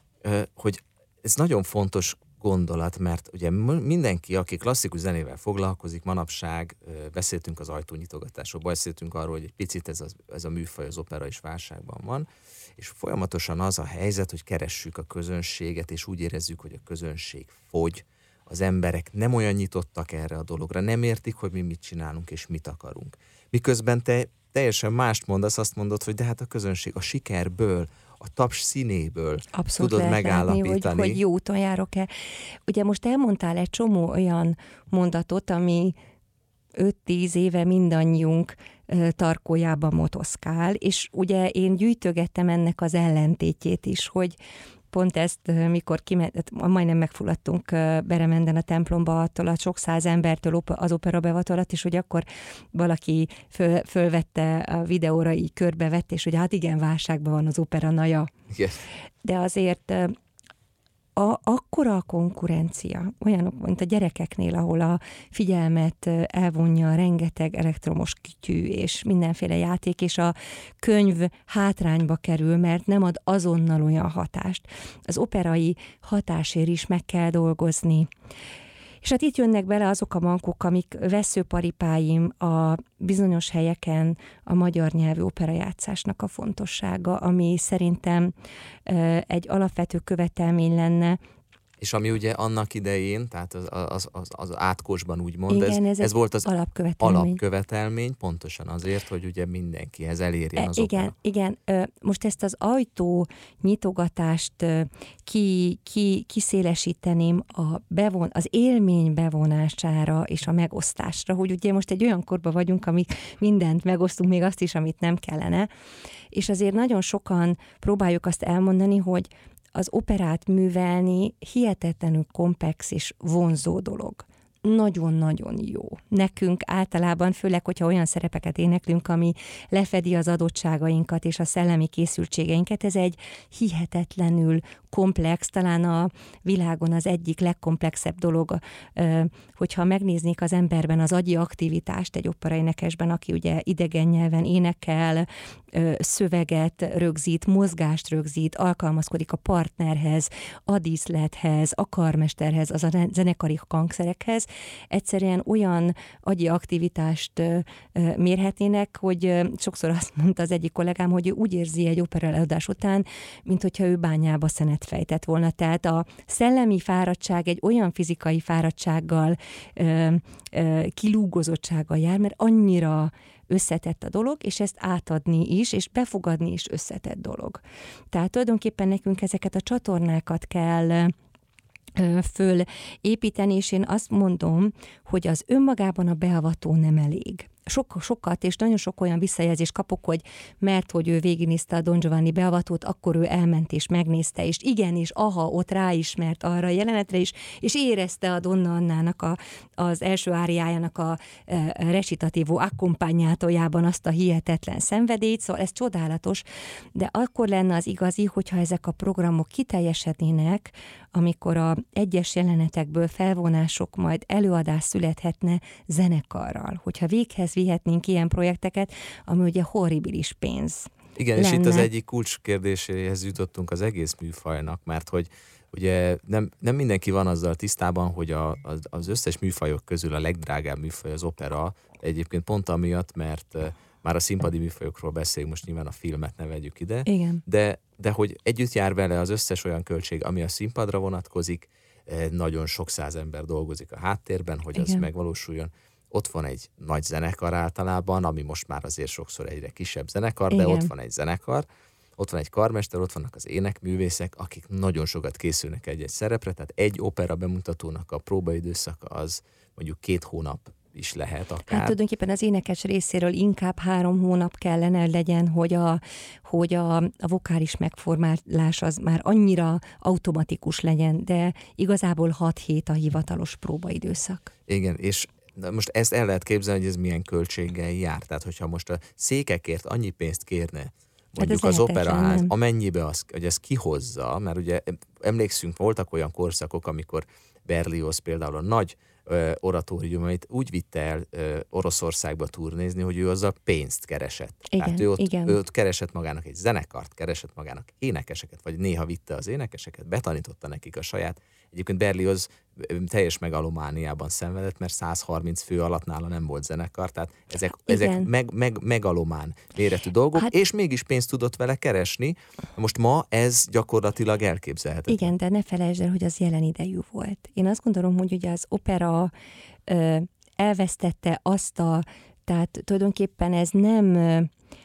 [SPEAKER 1] hogy ez nagyon fontos gondolat, mert ugye mindenki, aki klasszikus zenével foglalkozik, manapság, beszéltünk az ajtónyitogatásról, beszéltünk arról, hogy egy picit ez a, ez a műfaj, az opera is válságban van, és folyamatosan az a helyzet, hogy keressük a közönséget, és úgy érezzük, hogy a közönség fogy, az emberek nem olyan nyitottak erre a dologra, nem értik, hogy mi mit csinálunk és mit akarunk. Miközben te teljesen mást mondasz, azt mondod, hogy de hát a közönség a sikerből, a taps színéből
[SPEAKER 2] abszolút
[SPEAKER 1] tudod megállapítani.
[SPEAKER 2] Látni, hogy, hogy jó úton járok-e. Ugye most elmondtál egy csomó olyan mondatot, ami öt-tíz éve mindannyiunk tarkójában motoszkál, és ugye én gyűjtögettem ennek az ellentétjét is, hogy pont ezt, mikor kiment, majdnem megfulladtunk Beremenden a templomba attól a sok száz embertől az opera bevat alatt, és hogy akkor valaki föl, fölvette a videóra, így körbevett, és hogy hát igen, válságban van az opera naja.
[SPEAKER 1] Yes.
[SPEAKER 2] De azért a, akkora a konkurencia, olyanok, mint a gyerekeknél, ahol a figyelmet elvonja rengeteg elektromos kütyű és mindenféle játék, és a könyv hátrányba kerül, mert nem ad azonnal olyan hatást. Az operai hatásért is meg kell dolgozni. És hát itt jönnek bele azok a mankok, amik veszőparipáim a bizonyos helyeken a magyar nyelvű operajátszásnak a fontossága, ami szerintem egy alapvető követelmény lenne,
[SPEAKER 1] És ami ugye annak idején, tehát az, az, az, az átkosban úgymond,
[SPEAKER 2] igen,
[SPEAKER 1] ez,
[SPEAKER 2] ez,
[SPEAKER 1] ez volt az
[SPEAKER 2] alapkövetelmény.
[SPEAKER 1] alapkövetelmény, pontosan azért, hogy ugye mindenkihez elérjen az
[SPEAKER 2] e, igen,
[SPEAKER 1] opera.
[SPEAKER 2] Igen, most ezt az ajtó nyitogatást ki, ki, kiszélesíteném a bevon, az élmény bevonására és a megosztásra, hogy ugye most egy olyan korban vagyunk, amik mindent megosztunk, még azt is, amit nem kellene, és azért nagyon sokan próbáljuk azt elmondani, hogy az operát művelni hihetetlenül komplex és vonzó dolog. Nagyon-nagyon jó. Nekünk általában, főleg, hogyha olyan szerepeket éneklünk, ami lefedi az adottságainkat és a szellemi készültségeinket, ez egy hihetetlenül komplex, talán a világon az egyik legkomplexebb dolog, hogyha megnéznék az emberben az agyi aktivitást egy operaénekesben, aki ugye idegen nyelven énekel, szöveget rögzít, mozgást rögzít, alkalmazkodik a partnerhez, a díszlethez, a karmesterhez, az a zenekari hangszerekhez, egyszerűen olyan agyi aktivitást mérhetnének, hogy sokszor azt mondta az egyik kollégám, hogy ő úgy érzi egy operaelőadás után, mint hogyha ő bányába szenet fejtett volna. Tehát a szellemi fáradtság egy olyan fizikai fáradtsággal, kilúgozottsággal jár, mert annyira összetett a dolog, és ezt átadni is, és befogadni is összetett dolog. Tehát tulajdonképpen nekünk ezeket a csatornákat kell fölépíteni, és én azt mondom, hogy az önmagában a beavató nem elég. Sok, sokat, és nagyon sok olyan visszajelzést kapok, hogy mert, hogy ő végignézte a Don Giovanni beavatót, akkor ő elment és megnézte, és igen, és aha, ott ráismert arra a jelenetre is, és érezte a Donna Annának a, az első áriájának a, a recitativo accompagnátójában azt a hihetetlen szenvedélyt, szóval ez csodálatos, de akkor lenne az igazi, hogyha ezek a programok kiteljesednének, amikor a egyes jelenetekből felvonások, majd előadás születhetne zenekarral, hogyha véghez vihetnénk ilyen projekteket, ami ugye horribilis pénz.
[SPEAKER 1] Igen, lenne. És itt az egyik kulcskérdéséhez jutottunk az egész műfajnak, mert hogy ugye nem, nem mindenki van azzal tisztában, hogy a, az, az összes műfajok közül a legdrágább műfaj az opera, egyébként pont amiatt, mert már a színpadi műfajokról beszélünk, most nyilván a filmet ne vegyük ide,
[SPEAKER 2] igen.
[SPEAKER 1] De, de hogy együtt jár vele az összes olyan költség, ami a színpadra vonatkozik, nagyon sok száz ember dolgozik a háttérben, hogy igen. az megvalósuljon. Ott van egy nagy zenekar általában, ami most már azért sokszor egyre kisebb zenekar, de igen. ott van egy zenekar, ott van egy karmester, ott vannak az énekművészek, akik nagyon sokat készülnek egy-egy szerepre, tehát egy opera bemutatónak a próbaidőszaka az mondjuk két hónap is lehet akár.
[SPEAKER 2] Hát tulajdonképpen az énekes részéről inkább három hónap kellene legyen, hogy a, hogy a, a vokális megformálás az már annyira automatikus legyen, de igazából hat hét a hivatalos próbaidőszak.
[SPEAKER 1] Igen, és most ezt el lehet képzelni, hogy ez milyen költséggel jár. Tehát, hogyha most a székekért annyi pénzt kérne, mondjuk hát az operaház, amennyibe az, hogy ez kihozza, mert ugye emlékszünk, voltak olyan korszakok, amikor Berlioz például a nagy ö, oratóriumait úgy vitte el ö, Oroszországba turnézni, hogy ő azzal pénzt keresett.
[SPEAKER 2] Igen,
[SPEAKER 1] Tehát ő ott,
[SPEAKER 2] igen.
[SPEAKER 1] ő ott keresett magának egy zenekart, keresett magának énekeseket, vagy néha vitte az énekeseket, betanította nekik a saját. Egyébként Berlioz teljes megalomániában szenvedett, mert száz harminc fő alatt nála nem volt zenekar, tehát ezek, ezek meg, meg, megalomán méretű dolgok, hát, és mégis pénzt tudott vele keresni. Most ma ez gyakorlatilag elképzelhetetlen.
[SPEAKER 2] Igen, de ne felejtsd el, hogy az jelen idejű volt. Én azt gondolom, hogy ugye az opera ö, elvesztette azt a, tehát tulajdonképpen ez nem ö,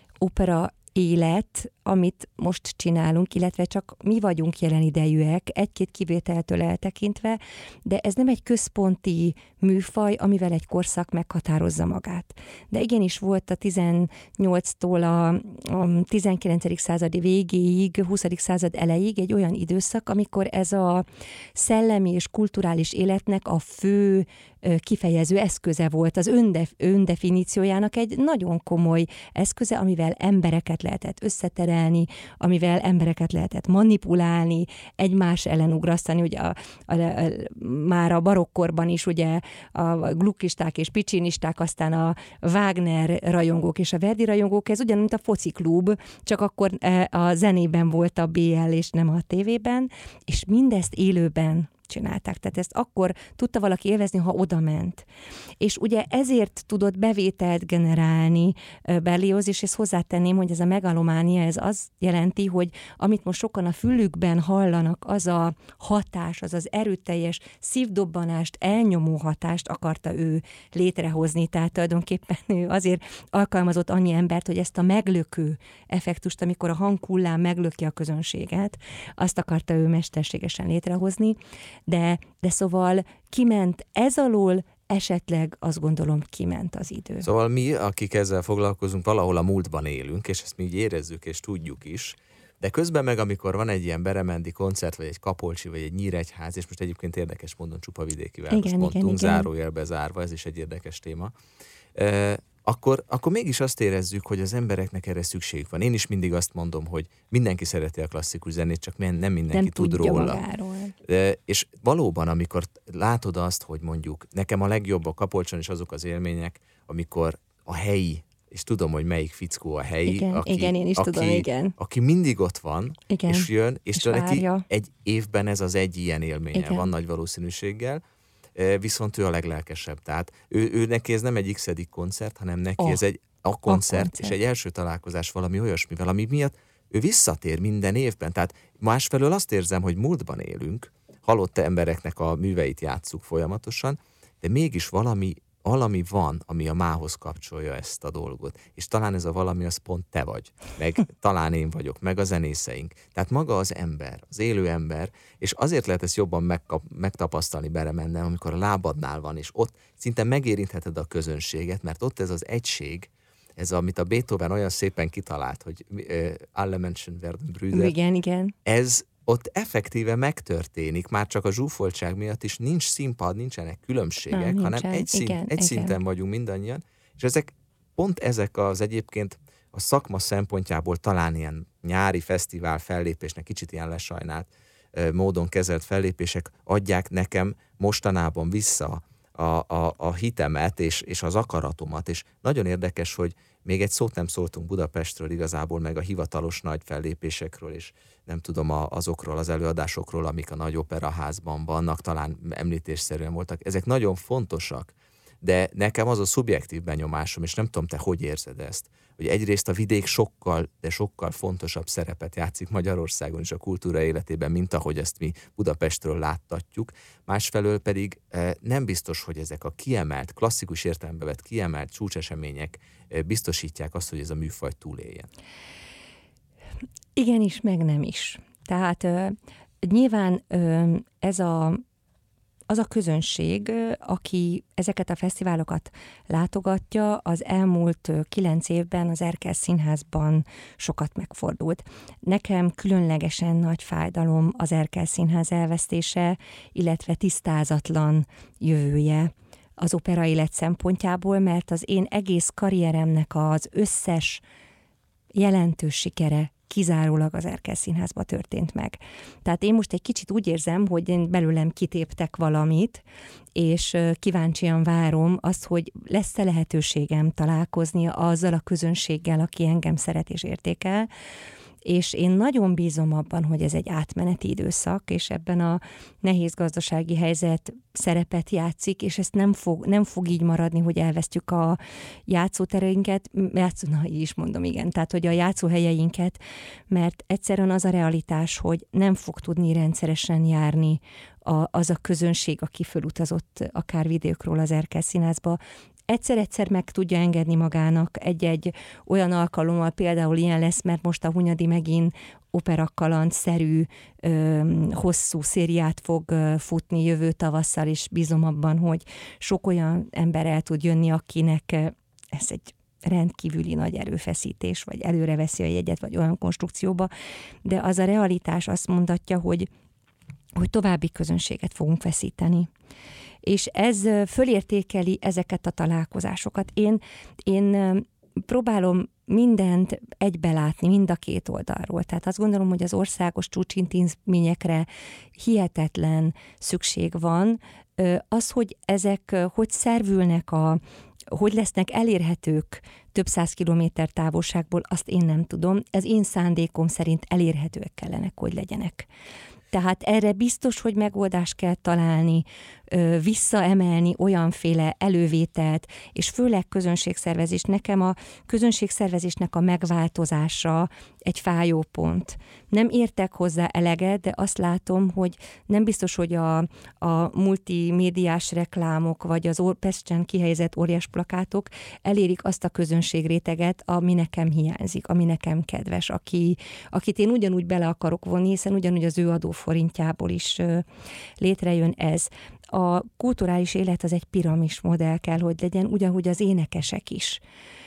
[SPEAKER 2] opera élet, amit most csinálunk, illetve csak mi vagyunk jelen idejűek, egy-két kivételtől eltekintve, de ez nem egy központi műfaj, amivel egy korszak meghatározza magát. De igenis volt a tizennyolctól a, a tizenkilencedik századi végéig, huszadik század elejéig egy olyan időszak, amikor ez a szellemi és kulturális életnek a fő kifejező eszköze volt, az öndef- öndefiníciójának egy nagyon komoly eszköze, amivel embereket lehetett összeterelni, amivel embereket lehetett manipulálni, egymás ellen ugrasztani, ugye a, a, a, már a barokkorban is ugye a gluckisták és picsinisták, aztán a Wagner rajongók és a Verdi rajongók, ez ugyanúgy, mint a fociklub, csak akkor a zenében volt a bé el és nem a tévében, és mindezt élőben csinálták. Tehát ezt akkor tudta valaki élvezni, ha oda ment. És ugye ezért tudott bevételt generálni Berlioz, és ezt hozzátenném, hogy ez a megalománia, ez az jelenti, hogy amit most sokan a fülükben hallanak, az a hatás, az az erőteljes szívdobbanást, elnyomó hatást akarta ő létrehozni. Tehát tulajdonképpen ő azért alkalmazott annyi embert, hogy ezt a meglökő effektust, amikor a hanghullám meglöki a közönséget, azt akarta ő mesterségesen létrehozni, de, de szóval kiment ez alól, esetleg azt gondolom kiment az idő.
[SPEAKER 1] Szóval mi, akik ezzel foglalkozunk, valahol a múltban élünk, és ezt mi így érezzük és tudjuk is, de közben meg, amikor van egy ilyen beremendi koncert, vagy egy Kapolcsi, vagy egy Nyíregyház, és most egyébként érdekes módon csupa vidéki várospontunk, zárójelbe zárva, ez is egy érdekes téma, e, akkor, akkor mégis azt érezzük, hogy az embereknek erre szükségük van. Én is mindig azt mondom, hogy mindenki szereti a klasszikus zenét, csak nem mindenki
[SPEAKER 2] nem
[SPEAKER 1] tud róla.
[SPEAKER 2] Magáról.
[SPEAKER 1] De, és valóban, amikor látod azt, hogy mondjuk nekem a legjobb a Kapolcson is azok az élmények, amikor a helyi, és tudom, hogy melyik fickó a helyi,
[SPEAKER 2] igen,
[SPEAKER 1] aki,
[SPEAKER 2] igen, én is
[SPEAKER 1] aki,
[SPEAKER 2] tudom, igen.
[SPEAKER 1] aki mindig ott van,
[SPEAKER 2] igen.
[SPEAKER 1] és jön, és, és neki egy évben ez az egy ilyen élménye igen. van nagy valószínűséggel, viszont ő a leglelkesebb. Tehát ő, ő neki ez nem egy x-edik koncert, hanem neki a, ez egy a koncert, a koncert, és egy első találkozás valami olyasmivel, ami miatt ő visszatér minden évben. Tehát másfelől azt érzem, hogy múltban élünk, halott embereknek a műveit játsszuk folyamatosan, de mégis valami, valami van, ami a mához kapcsolja ezt a dolgot. És talán ez a valami, az pont te vagy, meg talán én vagyok, meg a zenészeink. Tehát maga az ember, az élő ember, és azért lehet ezt jobban megkap, megtapasztalni Beremennem, amikor a lábadnál van, és ott szinte megérintheted a közönséget, mert ott ez az egység, ez, amit a Beethoven olyan szépen kitalált, hogy uh, alle Menschen werden Brüder.
[SPEAKER 2] Igen, igen.
[SPEAKER 1] Ez ott effektíve megtörténik, már csak a zsúfoltság miatt is nincs színpad, nincsenek különbségek, Na, hanem nincsen. egy, szint, igen, egy igen. szinten vagyunk mindannyian, és ezek pont ezek az egyébként a szakma szempontjából talán ilyen nyári fesztivál fellépésnek, kicsit ilyen lesajnált módon kezelt fellépések adják nekem mostanában vissza a, a, a hitemet és, és az akaratomat, és nagyon érdekes, hogy még egy szót nem szóltunk Budapestről igazából, meg a hivatalos nagy fellépésekről, és nem tudom a, azokról az előadásokról, amik a nagy operaházban vannak, talán említésszerűen voltak. Ezek nagyon fontosak, de nekem az a szubjektív benyomásom, és nem tudom, te hogy érzed ezt, hogy egyrészt a vidék sokkal, de sokkal fontosabb szerepet játszik Magyarországon is a kultúra életében, mint ahogy ezt mi Budapestről láttatjuk. Másfelől pedig nem biztos, hogy ezek a kiemelt, klasszikus értelembe vett kiemelt csúcsesemények biztosítják azt, hogy ez a műfaj túléljen.
[SPEAKER 2] Igenis, meg nem is. Tehát nyilván ez a az a közönség, aki ezeket a fesztiválokat látogatja, az elmúlt kilenc évben az Erkel Színházban sokat megfordult. Nekem különlegesen nagy fájdalom az Erkel Színház elvesztése, illetve tisztázatlan jövője az opera élet szempontjából, mert az én egész karrieremnek az összes jelentős sikere kizárólag az Erkel Színházban történt meg. Tehát én most egy kicsit úgy érzem, hogy én belőlem kitéptek valamit, és kíváncsian várom azt, hogy lesz-e lehetőségem találkozni azzal a közönséggel, aki engem szeret és értékel, és én nagyon bízom abban, hogy ez egy átmeneti időszak, és ebben a nehéz gazdasági helyzet szerepet játszik, és ezt nem fog, nem fog így maradni, hogy elvesztjük a játszótereinket, játszó, na, így is mondom, igen, tehát, hogy a játszóhelyeinket, mert egyszerűen az a realitás, hogy nem fog tudni rendszeresen járni a, az a közönség, aki fölutazott akár vidékről az Erkel Színházba, egyszer-egyszer meg tudja engedni magának egy-egy olyan alkalommal, például ilyen lesz, mert most a Hunyadi megint operakaland-szerű ö, hosszú szériát fog ö, futni jövő tavasszal, és bízom abban, hogy sok olyan ember el tud jönni, akinek ö, ez egy rendkívüli nagy erőfeszítés, vagy előre veszi a jegyet, vagy olyan konstrukcióba, de az a realitás azt mondatja, hogy, hogy további közönséget fogunk veszíteni. És ez fölértékeli ezeket a találkozásokat. Én, én próbálom mindent egybe látni, mind a két oldalról. Tehát azt gondolom, hogy az országos csúcsintézményekre hihetetlen szükség van. Az, hogy ezek hogy szervülnek, a, hogy lesznek elérhetők több száz kilométer távolságból, azt én nem tudom. Ez én szándékom szerint elérhetőek kellenek, hogy legyenek. Tehát erre biztos, hogy megoldást kell találni, visszaemelni olyanféle elővételt, és főleg közönségszervezés. Nekem a közönségszervezésnek a megváltozása egy fájó pont. Nem értek hozzá eleget, de azt látom, hogy nem biztos, hogy a, a multimédiás reklámok, vagy az Pesten kihelyezett óriás plakátok elérik azt a közönségréteget, ami nekem hiányzik, ami nekem kedves, aki, akit én ugyanúgy bele akarok vonni, hiszen ugyanúgy az ő adóforintjából is létrejön ez. A kulturális élet az egy piramis modell kell, hogy legyen, ugyanúgy az énekesek is.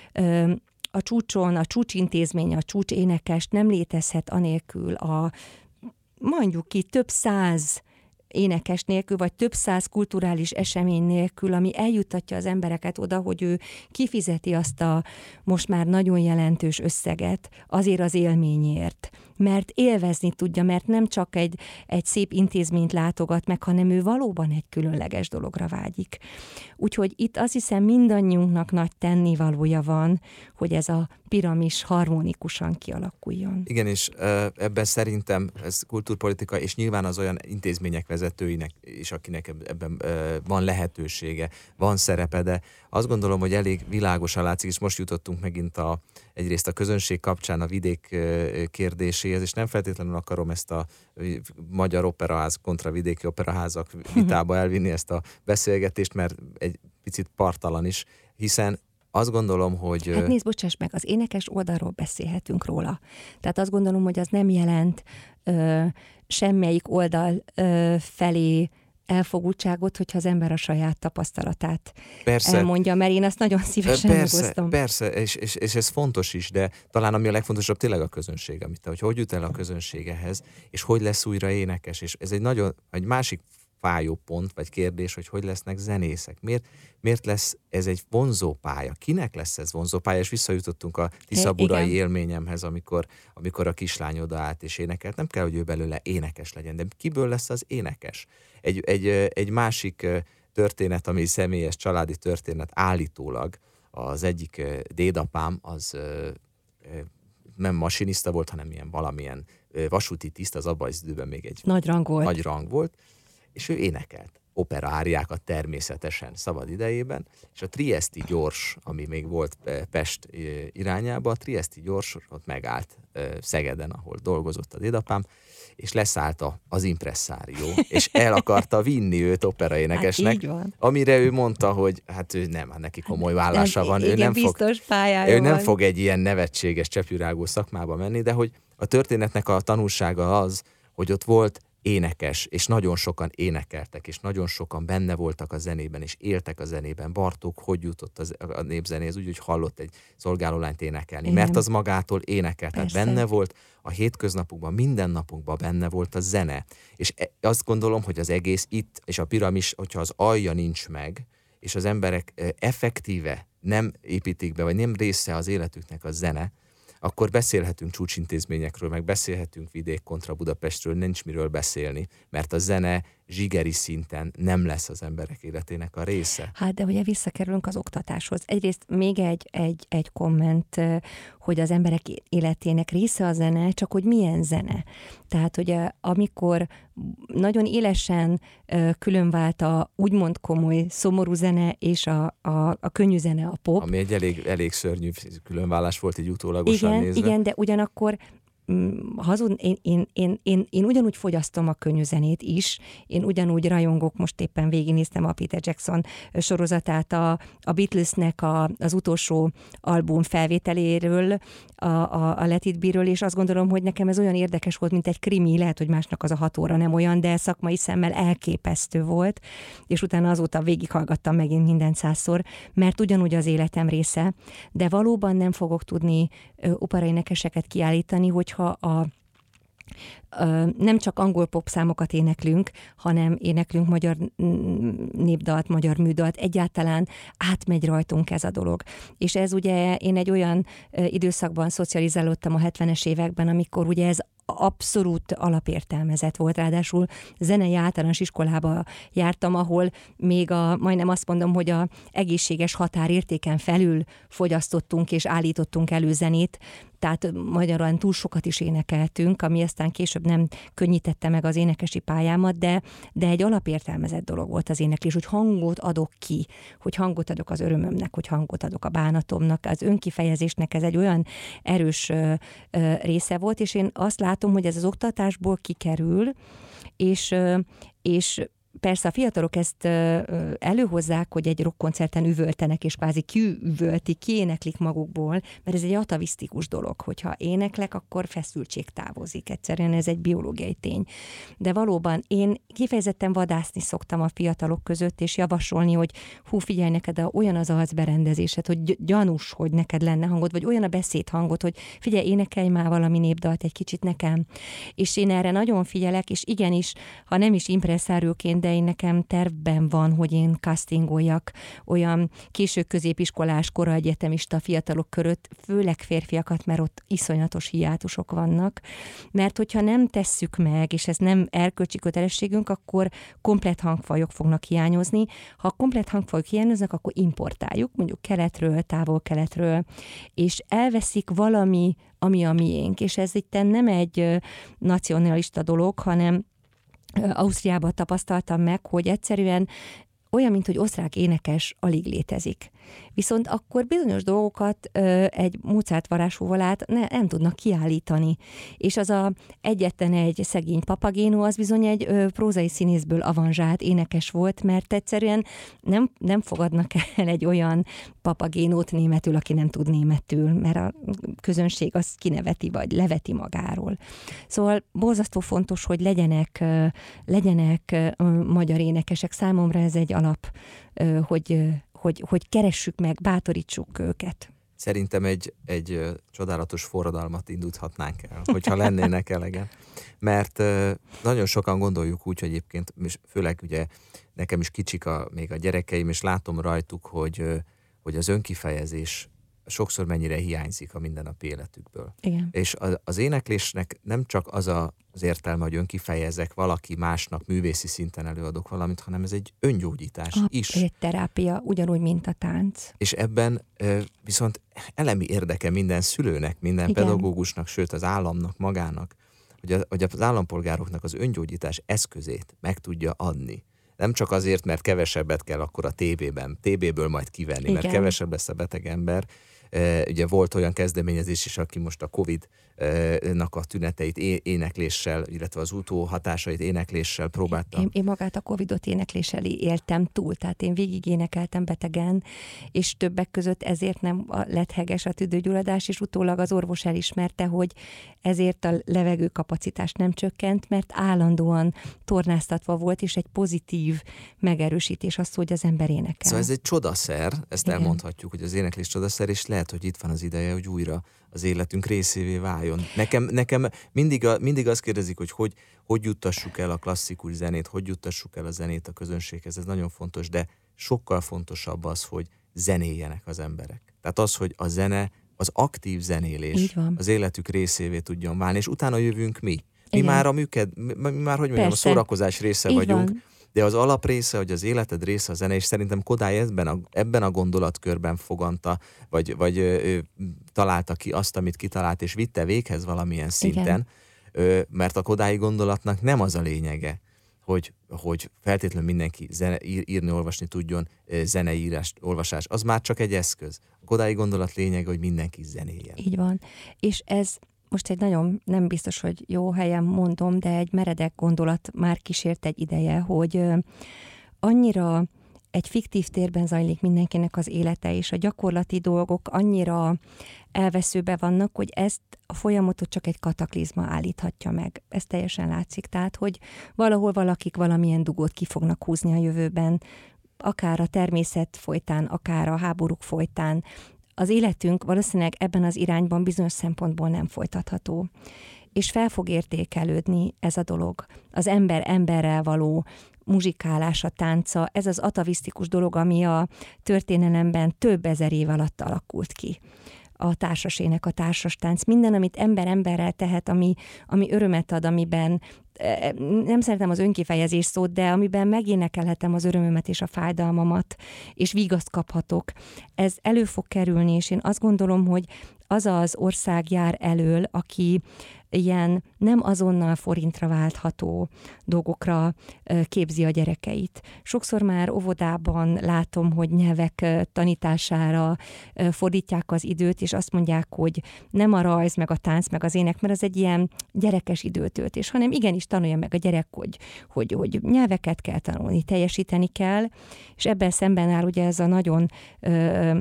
[SPEAKER 2] A csúcson, a csúcsintézmény, a csúcsénekes nem létezhet anélkül a, mondjuk ki, több száz énekes nélkül, vagy több száz kulturális esemény nélkül, ami eljuttatja az embereket oda, hogy ő kifizeti azt a most már nagyon jelentős összeget azért az élményért. Mert élvezni tudja, mert nem csak egy, egy szép intézményt látogat meg, hanem ő valóban egy különleges dologra vágyik. Úgyhogy itt azt hiszem mindannyiunknak nagy tennivalója van, hogy ez a piramis harmonikusan kialakuljon.
[SPEAKER 1] Igen, és ebben szerintem ez kultúrpolitika, és nyilván az olyan intézmények vezetőinek is, akinek ebben van lehetősége, van szerepe, de azt gondolom, hogy elég világosan látszik, és most jutottunk megint a, egyrészt a közönség kapcsán a vidék kérdéséhez, és nem feltétlenül akarom ezt a magyar operaház kontra vidéki operaházak vitába elvinni ezt a beszélgetést, mert egy picit partalan is, hiszen azt gondolom, hogy...
[SPEAKER 2] Hát nézd, bocsáss meg, az énekes oldalról beszélhetünk róla. Tehát azt gondolom, hogy az nem jelent ö, semmelyik oldal ö, felé elfogultságot, hogyha az ember a saját tapasztalatát persze, elmondja, mert én azt nagyon szívesen
[SPEAKER 1] persze,
[SPEAKER 2] megosztom.
[SPEAKER 1] Persze, és, és, és ez fontos is, de talán ami a legfontosabb tényleg a közönség, amit te, hogy hogy jut el a közönség ehhez, és hogy lesz újra énekes, és ez egy nagyon, egy másik fájó pont, vagy kérdés, hogy hogy lesznek zenészek. Miért, miért lesz ez egy vonzópálya? Kinek lesz ez vonzópálya? És visszajutottunk a tiszaburai élményemhez, amikor, amikor a kislány odaállt és énekelt. Nem kell, hogy ő belőle énekes legyen, de kiből lesz az énekes? Egy, egy, egy másik történet, ami személyes családi történet, állítólag az egyik dédapám, az nem masinista volt, hanem ilyen valamilyen vasúti tiszt, az abban az időben még egy
[SPEAKER 2] nagy rang volt.
[SPEAKER 1] Nagy rang volt, és ő énekelt operaáriákat természetesen szabad idejében, és a Trieszti Gyors, ami még volt Pest irányába, a Trieszti Gyors ott megállt Szegeden, ahol dolgozott a dédapám, és leszállt az impresszárió, és el akarta vinni őt operaénekesnek, hát amire ő mondta, hogy hát ő nem, hát neki komoly vállása van,
[SPEAKER 2] igen,
[SPEAKER 1] ő nem, fog, ő nem
[SPEAKER 2] van.
[SPEAKER 1] fog egy ilyen nevetséges csepürágó szakmába menni, de hogy a történetnek a tanulsága az, hogy ott volt énekes, és nagyon sokan énekeltek, és nagyon sokan benne voltak a zenében, és éltek a zenében. Bartók hogy jutott az, a népzenéhez, úgy, hogy hallott egy szolgálólányt énekelni, igen, mert az magától énekelt, tehát benne volt a hétköznapokban, mindennapunkban benne volt a zene. És azt gondolom, hogy az egész itt, és a piramis, hogyha az alja nincs meg, és az emberek effektíve nem építik be, vagy nem része az életüknek a zene, akkor beszélhetünk csúcsintézményekről, meg beszélhetünk vidék kontra Budapestről, nincs miről beszélni, mert a zene zsigeri szinten nem lesz az emberek életének a része.
[SPEAKER 2] Hát, de ugye visszakerülünk az oktatáshoz. Egyrészt még egy, egy, egy komment, hogy az emberek életének része a zene, csak hogy milyen zene. Tehát, ugye amikor nagyon élesen különvált a úgymond komoly, szomorú zene és a, a, a könnyű zene, a pop.
[SPEAKER 1] Ami egy elég, elég szörnyű különvállás volt, így utólagosan
[SPEAKER 2] igen,
[SPEAKER 1] nézve.
[SPEAKER 2] Igen, de ugyanakkor hazud, én, én, én, én, én ugyanúgy fogyasztom a könnyű zenét is, én ugyanúgy rajongok, most éppen végignéztem a Peter Jackson sorozatát a, a Beatlesnek a, az utolsó album felvételéről, a, a, a Let It Be-ről, és azt gondolom, hogy nekem ez olyan érdekes volt, mint egy krimi, lehet, hogy másnak az a hat óra nem olyan, de szakmai szemmel elképesztő volt, és utána azóta végighallgattam megint minden százszor, mert ugyanúgy az életem része, de valóban nem fogok tudni operaénekeseket kiállítani, hogy ha a, nem csak angol pop számokat éneklünk, hanem éneklünk magyar népdalt, magyar műdalt, egyáltalán átmegy rajtunk ez a dolog. És ez ugye, én egy olyan időszakban szocializálódtam a hetvenes években, amikor ugye ez abszolút alapértelmezett volt, ráadásul zenei általános iskolába jártam, ahol még a, majdnem azt mondom, hogy a egészséges határértéken felül fogyasztottunk és állítottunk elő zenét, tehát magyarán túl sokat is énekeltünk, ami aztán később nem könnyítette meg az énekesi pályámat, de, de egy alapértelmezett dolog volt az éneklés, hogy hangot adok ki, hogy hangot adok az örömömnek, hogy hangot adok a bánatomnak, az önkifejezésnek ez egy olyan erős ö, ö, része volt, és én azt látom, hogy ez az oktatásból kikerül, és, ö, és persze a fiatalok ezt előhozzák, hogy egy rockkoncerten üvöltenek, és kvázi kiüvöltik, kiéneklik magukból, mert ez egy atavisztikus dolog, hogyha éneklek, akkor feszültség távozik. Egyszerűen ez egy biológiai tény. De valóban én kifejezetten vadászni szoktam a fiatalok között, és javasolni, hogy hú, figyelj, neked a, olyan az arcberendezésed, hogy gyanús, hogy neked lenne hangod, vagy olyan a beszédhangod, hogy figyelj, énekelj már valami népdalt egy kicsit nekem. És én erre nagyon figyelek, és igenis, ha nem is impresszárőként, de én nekem tervben van, hogy én castingoljak olyan késő középiskolás, koraegyetemista fiatalok körött, főleg férfiakat, mert ott iszonyatos hiátusok vannak, mert hogyha nem tesszük meg, és ez nem erkölcsi kötelességünk, akkor komplett hangfajok fognak hiányozni. Ha komplett hangfajok hiányoznak, akkor importáljuk, mondjuk keletről, távol-keletről, és elveszik valami, ami a miénk, és ez itt nem egy nacionalista dolog, hanem Ausztriában tapasztaltam meg, hogy egyszerűen olyan, mint hogy osztrák énekes alig létezik. Viszont akkor bizonyos dolgokat ö, egy Mozart varázsfúval át ne, nem tudnak kiállítani. És az a egyetlen egy szegény Papagéno, az bizony egy ö, prózai színészből avanzsált énekes volt, mert egyszerűen nem, nem fogadnak el egy olyan Papagénót németül, aki nem tud németül, mert a közönség azt kineveti, vagy leveti magáról. Szóval borzasztó fontos, hogy legyenek, ö, legyenek ö, magyar énekesek. Számomra ez egy alap, ö, hogy Hogy, hogy keressük meg, bátorítsuk őket.
[SPEAKER 1] Szerintem egy, egy csodálatos forradalmat indíthatnánk el, hogyha lennének elegen. Mert nagyon sokan gondoljuk úgy, hogy egyébként, és főleg ugye nekem is kicsik a, még a gyerekeim, és látom rajtuk, hogy, hogy az önkifejezés sokszor mennyire hiányzik a mindennapi életükből.
[SPEAKER 2] Igen.
[SPEAKER 1] És az éneklésnek nem csak az a, az értelme, hogy önkifejezek valaki másnak, művészi szinten előadok valamit, hanem ez egy öngyógyítás
[SPEAKER 2] a,
[SPEAKER 1] is.
[SPEAKER 2] Egy terápia, ugyanúgy, mint a tánc.
[SPEAKER 1] És ebben viszont elemi érdeke minden szülőnek, minden Igen. pedagógusnak, sőt az államnak magának, hogy, a, hogy az állampolgároknak az öngyógyítás eszközét meg tudja adni. Nem csak azért, mert kevesebbet kell akkor a tévében, tévéből majd kivenni, Igen. mert kevesebb lesz a beteg ember. Ugye volt olyan kezdeményezés is, aki most a Covid-nak a tüneteit énekléssel, illetve az utóhatásait énekléssel próbálta.
[SPEAKER 2] Én, én magát a Covidot énekléssel éltem túl, tehát én végig énekeltem betegen, és többek között ezért nem lett heges a tüdőgyulladás, és utólag az orvos elismerte, hogy ezért a levegőkapacitás nem csökkent, mert állandóan tornáztatva volt, és egy pozitív megerősítés az, hogy az ember énekel.
[SPEAKER 1] Szóval ez egy csodaszer, ezt Igen. elmondhatjuk, hogy az éneklés csodaszer, és lehet, hogy itt van az ideje, hogy újra az életünk részévé váljon. Nekem, nekem mindig, a, mindig azt kérdezik, hogy, hogy hogy juttassuk el a klasszikus zenét, hogy juttassuk el a zenét a közönséghez, ez nagyon fontos, de sokkal fontosabb az, hogy zenéljenek az emberek. Tehát az, hogy a zene, az aktív zenélés az életük részévé tudjon válni, és utána jövünk mi. Mi Igen. már a műked, mi már, hogy mondjam, a szórakozás része Így vagyunk, van. De az alaprésze, hogy az életed része a zene, és szerintem Kodály ebben a, ebben a gondolatkörben foganta, vagy, vagy ö, találta ki azt, amit kitalált, és vitte véghez valamilyen szinten, ö, mert a kodályi gondolatnak nem az a lényege, hogy, hogy feltétlenül mindenki zene, ír, írni, olvasni tudjon, zeneírás, olvasás. Az már csak egy eszköz. A kodályi gondolat lényege, hogy mindenki zenéljen.
[SPEAKER 2] Így van. És ez most egy nagyon, nem biztos, hogy jó helyen mondom, de egy meredek gondolat már kísért egy ideje, hogy annyira egy fiktív térben zajlik mindenkinek az élete, és a gyakorlati dolgok annyira elveszőbe vannak, hogy ezt a folyamatot csak egy kataklizma állíthatja meg. Ez teljesen látszik. Tehát, hogy valahol valakik valamilyen dugót ki fognak húzni a jövőben, akár a természet folytán, akár a háborúk folytán. Az életünk valószínűleg ebben az irányban bizonyos szempontból nem folytatható. És fel fog értékelődni ez a dolog. Az ember emberrel való muzsikálása, tánca, ez az atavisztikus dolog, ami a történelemben több ezer év alatt alakult ki. a társasének, a társas tánc, minden, amit ember emberrel tehet, ami, ami örömet ad, amiben nem szeretem az önkifejezés szót, de amiben megénekelhetem az örömömet és a fájdalmamat, és vigaszt kaphatok. Ez elő fog kerülni, és én azt gondolom, hogy az az ország jár elől, aki ilyen nem azonnal forintra váltható dolgokra képzi a gyerekeit. Sokszor már óvodában látom, hogy nyelvek tanítására fordítják az időt, és azt mondják, hogy nem a rajz, meg a tánc, meg az ének, mert az egy ilyen gyerekes időtöltés, hanem igenis tanulja meg a gyerek, hogy, hogy, hogy nyelveket kell tanulni, teljesíteni kell, és ebben szemben áll ugye ez a nagyon ö,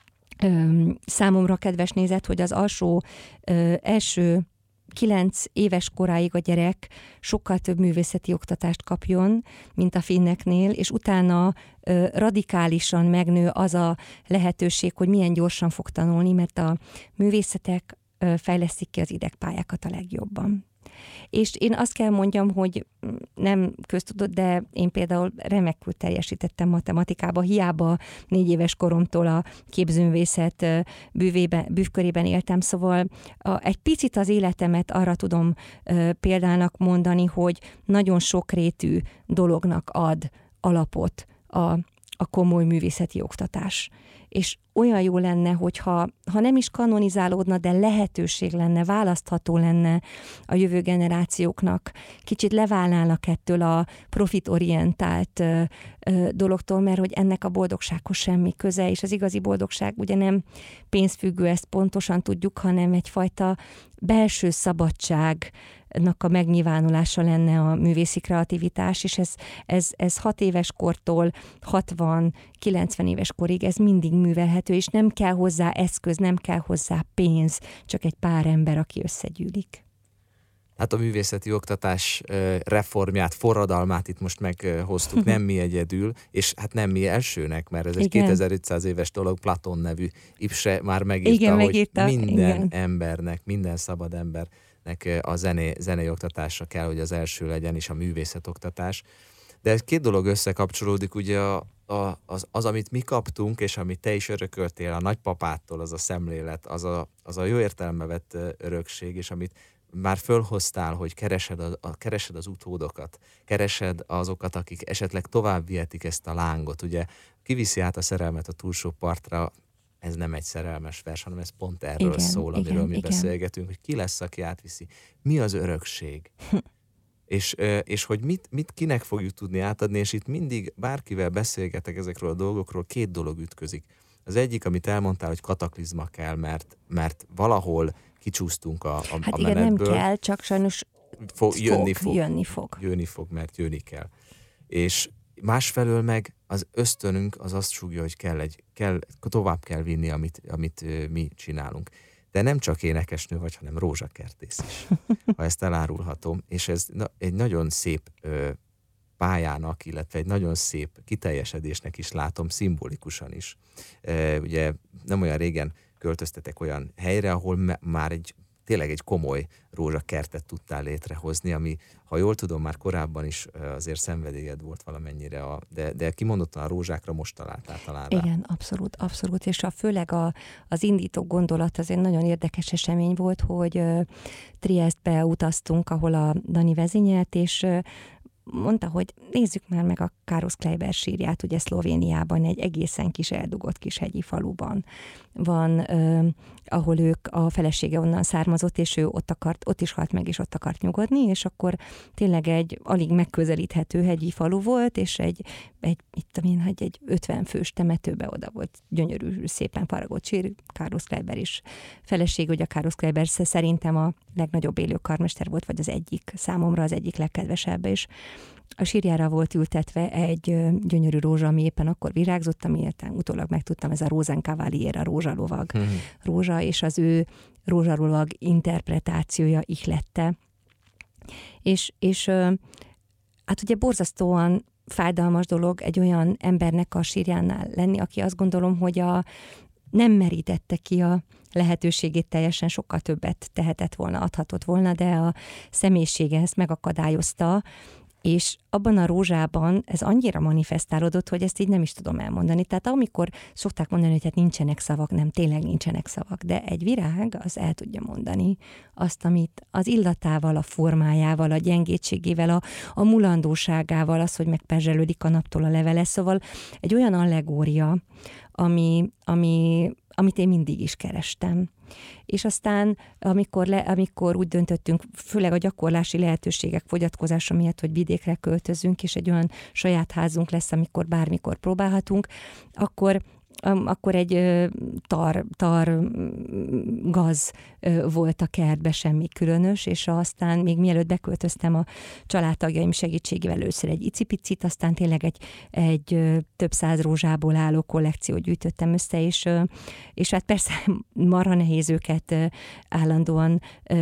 [SPEAKER 2] ö, számomra kedves nézet, hogy az alsó ö, első kilenc éves koráig a gyerek sokkal több művészeti oktatást kapjon, mint a finneknél, és utána ö, radikálisan megnő az a lehetőség, hogy milyen gyorsan fog tanulni, mert a művészetek ö, fejlesztik ki az idegpályákat a legjobban. És én azt kell mondjam, hogy nem köztudott, de én például remekül teljesítettem matematikában, hiába négy éves koromtól a képzőművészet bűvében, bűvkörében éltem, szóval a, egy picit az életemet arra tudom ö, példának mondani, hogy nagyon sokrétű dolognak ad alapot a, a komoly művészeti oktatás. És olyan jó lenne, hogyha ha nem is kanonizálódna, de lehetőség lenne, választható lenne a jövő generációknak. Kicsit leválnának ettől a profitorientált ö, ö, dologtól, mert hogy ennek a boldogsághoz semmi köze, és az igazi boldogság ugye nem pénzfüggő, ezt pontosan tudjuk, hanem egyfajta belső szabadság, a megnyilvánulása lenne a művészi kreativitás, és ez, ez, ez hat éves kortól hatvan-kilencven éves korig ez mindig művelhető, és nem kell hozzá eszköz, nem kell hozzá pénz, csak egy pár ember, aki összegyűlik.
[SPEAKER 1] Hát a művészeti oktatás reformját, forradalmát itt most meghoztuk, nem mi egyedül, és hát nem mi elsőnek, mert ez egy igen. kétezer-ötszáz éves dolog, Platon nevű Ipse már megírta, igen, hogy megírta. minden igen. embernek, minden szabad ember a zené, zenei oktatásra kell, hogy az első legyen, és a művészetoktatás. De két dolog összekapcsolódik, ugye a, a, az, az, amit mi kaptunk, és amit te is örököltél a nagypapától, az a szemlélet, az a, az a jó értelembe vett örökség, és amit már fölhoztál, hogy keresed, a, a, keresed az utódokat, keresed azokat, akik esetleg tovább vihetik ezt a lángot. Ugye kiviszi át a szerelmet a túlsó partra, ez nem egy szerelmes vers, hanem ez pont erről igen, szól, amiről igen, mi igen. beszélgetünk, hogy ki lesz, aki átviszi. Mi az örökség? és, és hogy mit, mit kinek fogjuk tudni átadni, és itt mindig bárkivel beszélgetek ezekről a dolgokról, két dolog ütközik. Az egyik, amit elmondtál, hogy kataklizma kell, mert, mert valahol kicsúsztunk a, a,
[SPEAKER 2] hát
[SPEAKER 1] a
[SPEAKER 2] igen,
[SPEAKER 1] menetből.
[SPEAKER 2] Nem kell, csak sajnos
[SPEAKER 1] fog, jönni, fog,
[SPEAKER 2] jönni fog.
[SPEAKER 1] Jönni fog, mert jönni kell. És másfelől meg az ösztönünk az azt súgja, hogy kell egy, kell, tovább kell vinni, amit, amit uh, mi csinálunk. De nem csak énekesnő vagy, hanem rózsakertész is, ha ezt elárulhatom. És ez na, egy nagyon szép uh, pályának, illetve egy nagyon szép kiteljesedésnek is látom, szimbolikusan is. Uh, ugye nem olyan régen költöztetek olyan helyre, ahol me- már egy tényleg egy komoly rózsakertet tudtál létrehozni, ami, ha jól tudom, már korábban is azért szenvedélyed volt valamennyire, a, de, de kimondottan a rózsákra most találtál talán rá.
[SPEAKER 2] Igen, abszolút, abszolút, és a, főleg a, az indító gondolat az egy nagyon érdekes esemény volt, hogy uh, Triestbe utaztunk, ahol a Dani vezényelt, és uh, mondta, hogy nézzük már meg a Károsz Kleiber sírját, ugye Szlovéniában, egy egészen kis eldugott kis hegyi faluban van, eh, ahol ők, a felesége onnan származott, és ő ott akart, ott is halt meg, és ott akart nyugodni, és akkor tényleg egy alig megközelíthető hegyi falu volt, és egy, egy itt tudom én, hogy egy ötven fős temetőbe oda volt gyönyörű, szépen faragott sír, Károsz Kleiber is felesége, ugye a Károsz Kleiber szerintem a legnagyobb élő karmester volt, vagy az egyik, számomra az egyik legkedvesebb, és a sírjára volt ültetve egy gyönyörű rózsa, ami éppen akkor virágzott, ami utólag megtudtam, ez a Rosenkavalier, a rózsalovag hmm. rózsa, és az ő rózsalovag interpretációja ihlette. És, és hát ugye borzasztóan fájdalmas dolog egy olyan embernek a sírjánál lenni, aki azt gondolom, hogy a, nem merítette ki a lehetőségét teljesen, sokkal többet tehetett volna, adhatott volna, de a személyisége ezt megakadályozta, És abban a rózsában ez annyira manifestálódott, hogy ezt így nem is tudom elmondani. Tehát amikor szokták mondani, hogy hát nincsenek szavak, nem, tényleg nincsenek szavak, de egy virág az el tudja mondani azt, amit az illatával, a formájával, a gyengétségével, a, a mulandóságával, az, hogy megperzselődik a naptól a levele. Szóval egy olyan allegória, ami, ami, amit én mindig is kerestem. És aztán, amikor, le, amikor úgy döntöttünk, főleg a gyakorlási lehetőségek fogyatkozása miatt, hogy vidékre költözünk, és egy olyan saját házunk lesz, amikor bármikor próbálhatunk, akkor akkor egy tar, tar gaz volt a kertben, semmi különös, és aztán még mielőtt beköltöztem a családtagjaim segítségével először egy icipicit, aztán tényleg egy, egy több száz rózsából álló kollekciót gyűjtöttem össze, és, és hát persze marha nehéz őket állandóan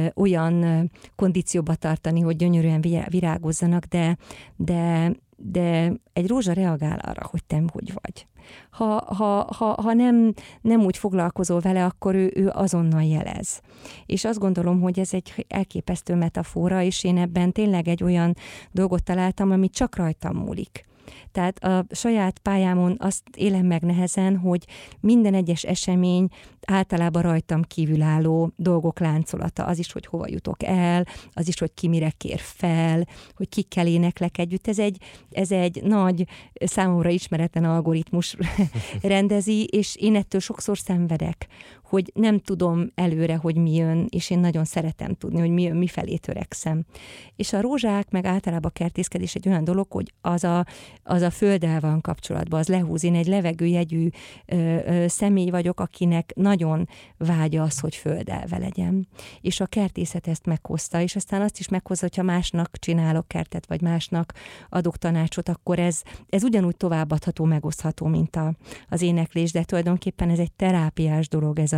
[SPEAKER 2] olyan kondícióba tartani, hogy gyönyörűen virágozzanak, de, de de egy rózsa reagál arra, hogy te hogy vagy. Ha, ha, ha, ha nem, nem úgy foglalkozol vele, akkor ő, ő azonnal jelez. És azt gondolom, hogy ez egy elképesztő metafora, és én ebben tényleg egy olyan dolgot találtam, ami csak rajtam múlik. Tehát a saját pályámon azt élem meg nehezen, hogy minden egyes esemény általában rajtam kívülálló dolgok láncolata. Az is, hogy hova jutok el, az is, hogy ki mire kér fel, hogy kikkel éneklek együtt. Ez egy, ez egy nagy, számomra ismeretlen algoritmus rendezi, és én ettől sokszor szenvedek, hogy nem tudom előre, hogy mi jön, és én nagyon szeretem tudni, hogy mi jön, mifelé törekszem. És a rózsák, meg általában a kertészkedés egy olyan dolog, hogy az a, az a földdel van kapcsolatban, az lehúz. Én egy levegőjegyű ö, ö, személy vagyok, akinek nagyon vágya az, hogy földelve legyen. És a kertészet ezt meghozta, és aztán azt is meghozza, hogyha másnak csinálok kertet, vagy másnak adok tanácsot, akkor ez, ez ugyanúgy továbbadható, megosztható, mint a, az éneklés, de tulajdonképpen ez egy terápiás dolog, ez a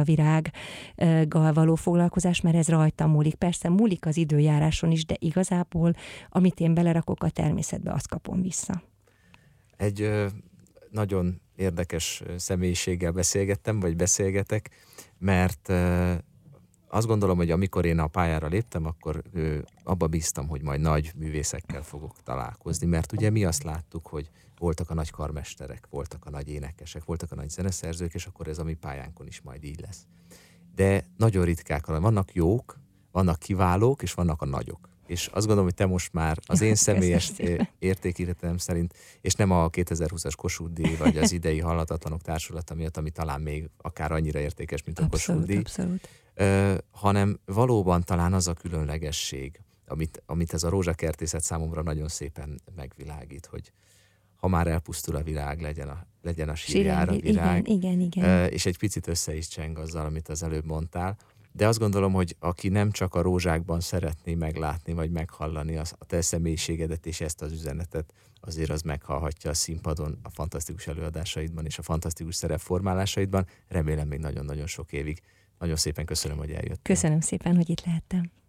[SPEAKER 2] virággal való foglalkozás, mert ez rajta múlik. Persze múlik az időjáráson is, de igazából, amit én belerakok a természetbe, azt kapom vissza.
[SPEAKER 1] Egy ö, nagyon érdekes személyiséggel beszélgettem, vagy beszélgetek, mert ö, azt gondolom, hogy amikor én a pályára léptem, akkor ö, abba bíztam, hogy majd nagy művészekkel fogok találkozni, mert ugye mi azt láttuk, hogy voltak a nagy karmesterek, voltak a nagy énekesek, voltak a nagy zeneszerzők, és akkor ez a mi pályánkon is majd így lesz. De nagyon ritkák, vannak jók, vannak kiválók, és vannak a nagyok. És azt gondolom, hogy te most már az én személyes értékítéletem szerint, és nem a kétezer-húszas Kossuth díj, vagy az idei Halhatatlanok Társulata miatt, ami talán még akár annyira értékes, mint a Kossuth díj, abszolút. Ö, hanem valóban talán az a különlegesség, amit, amit ez a rózsakertészet számomra nagyon szépen megvilágít, hogy ha már elpusztul a virág, legyen a, legyen a sírjár a virág.
[SPEAKER 2] Igen, igen, igen.
[SPEAKER 1] És egy picit össze is cseng azzal, amit az előbb mondtál. De azt gondolom, hogy aki nem csak a rózsákban szeretné meglátni, vagy meghallani az, a te személyiségedet és ezt az üzenetet, azért az meghallhatja a színpadon, a fantasztikus előadásaidban és a fantasztikus szerepformálásaidban. Remélem még nagyon-nagyon sok évig. Nagyon szépen köszönöm, hogy eljöttél.
[SPEAKER 2] Köszönöm szépen, hogy itt lehettem.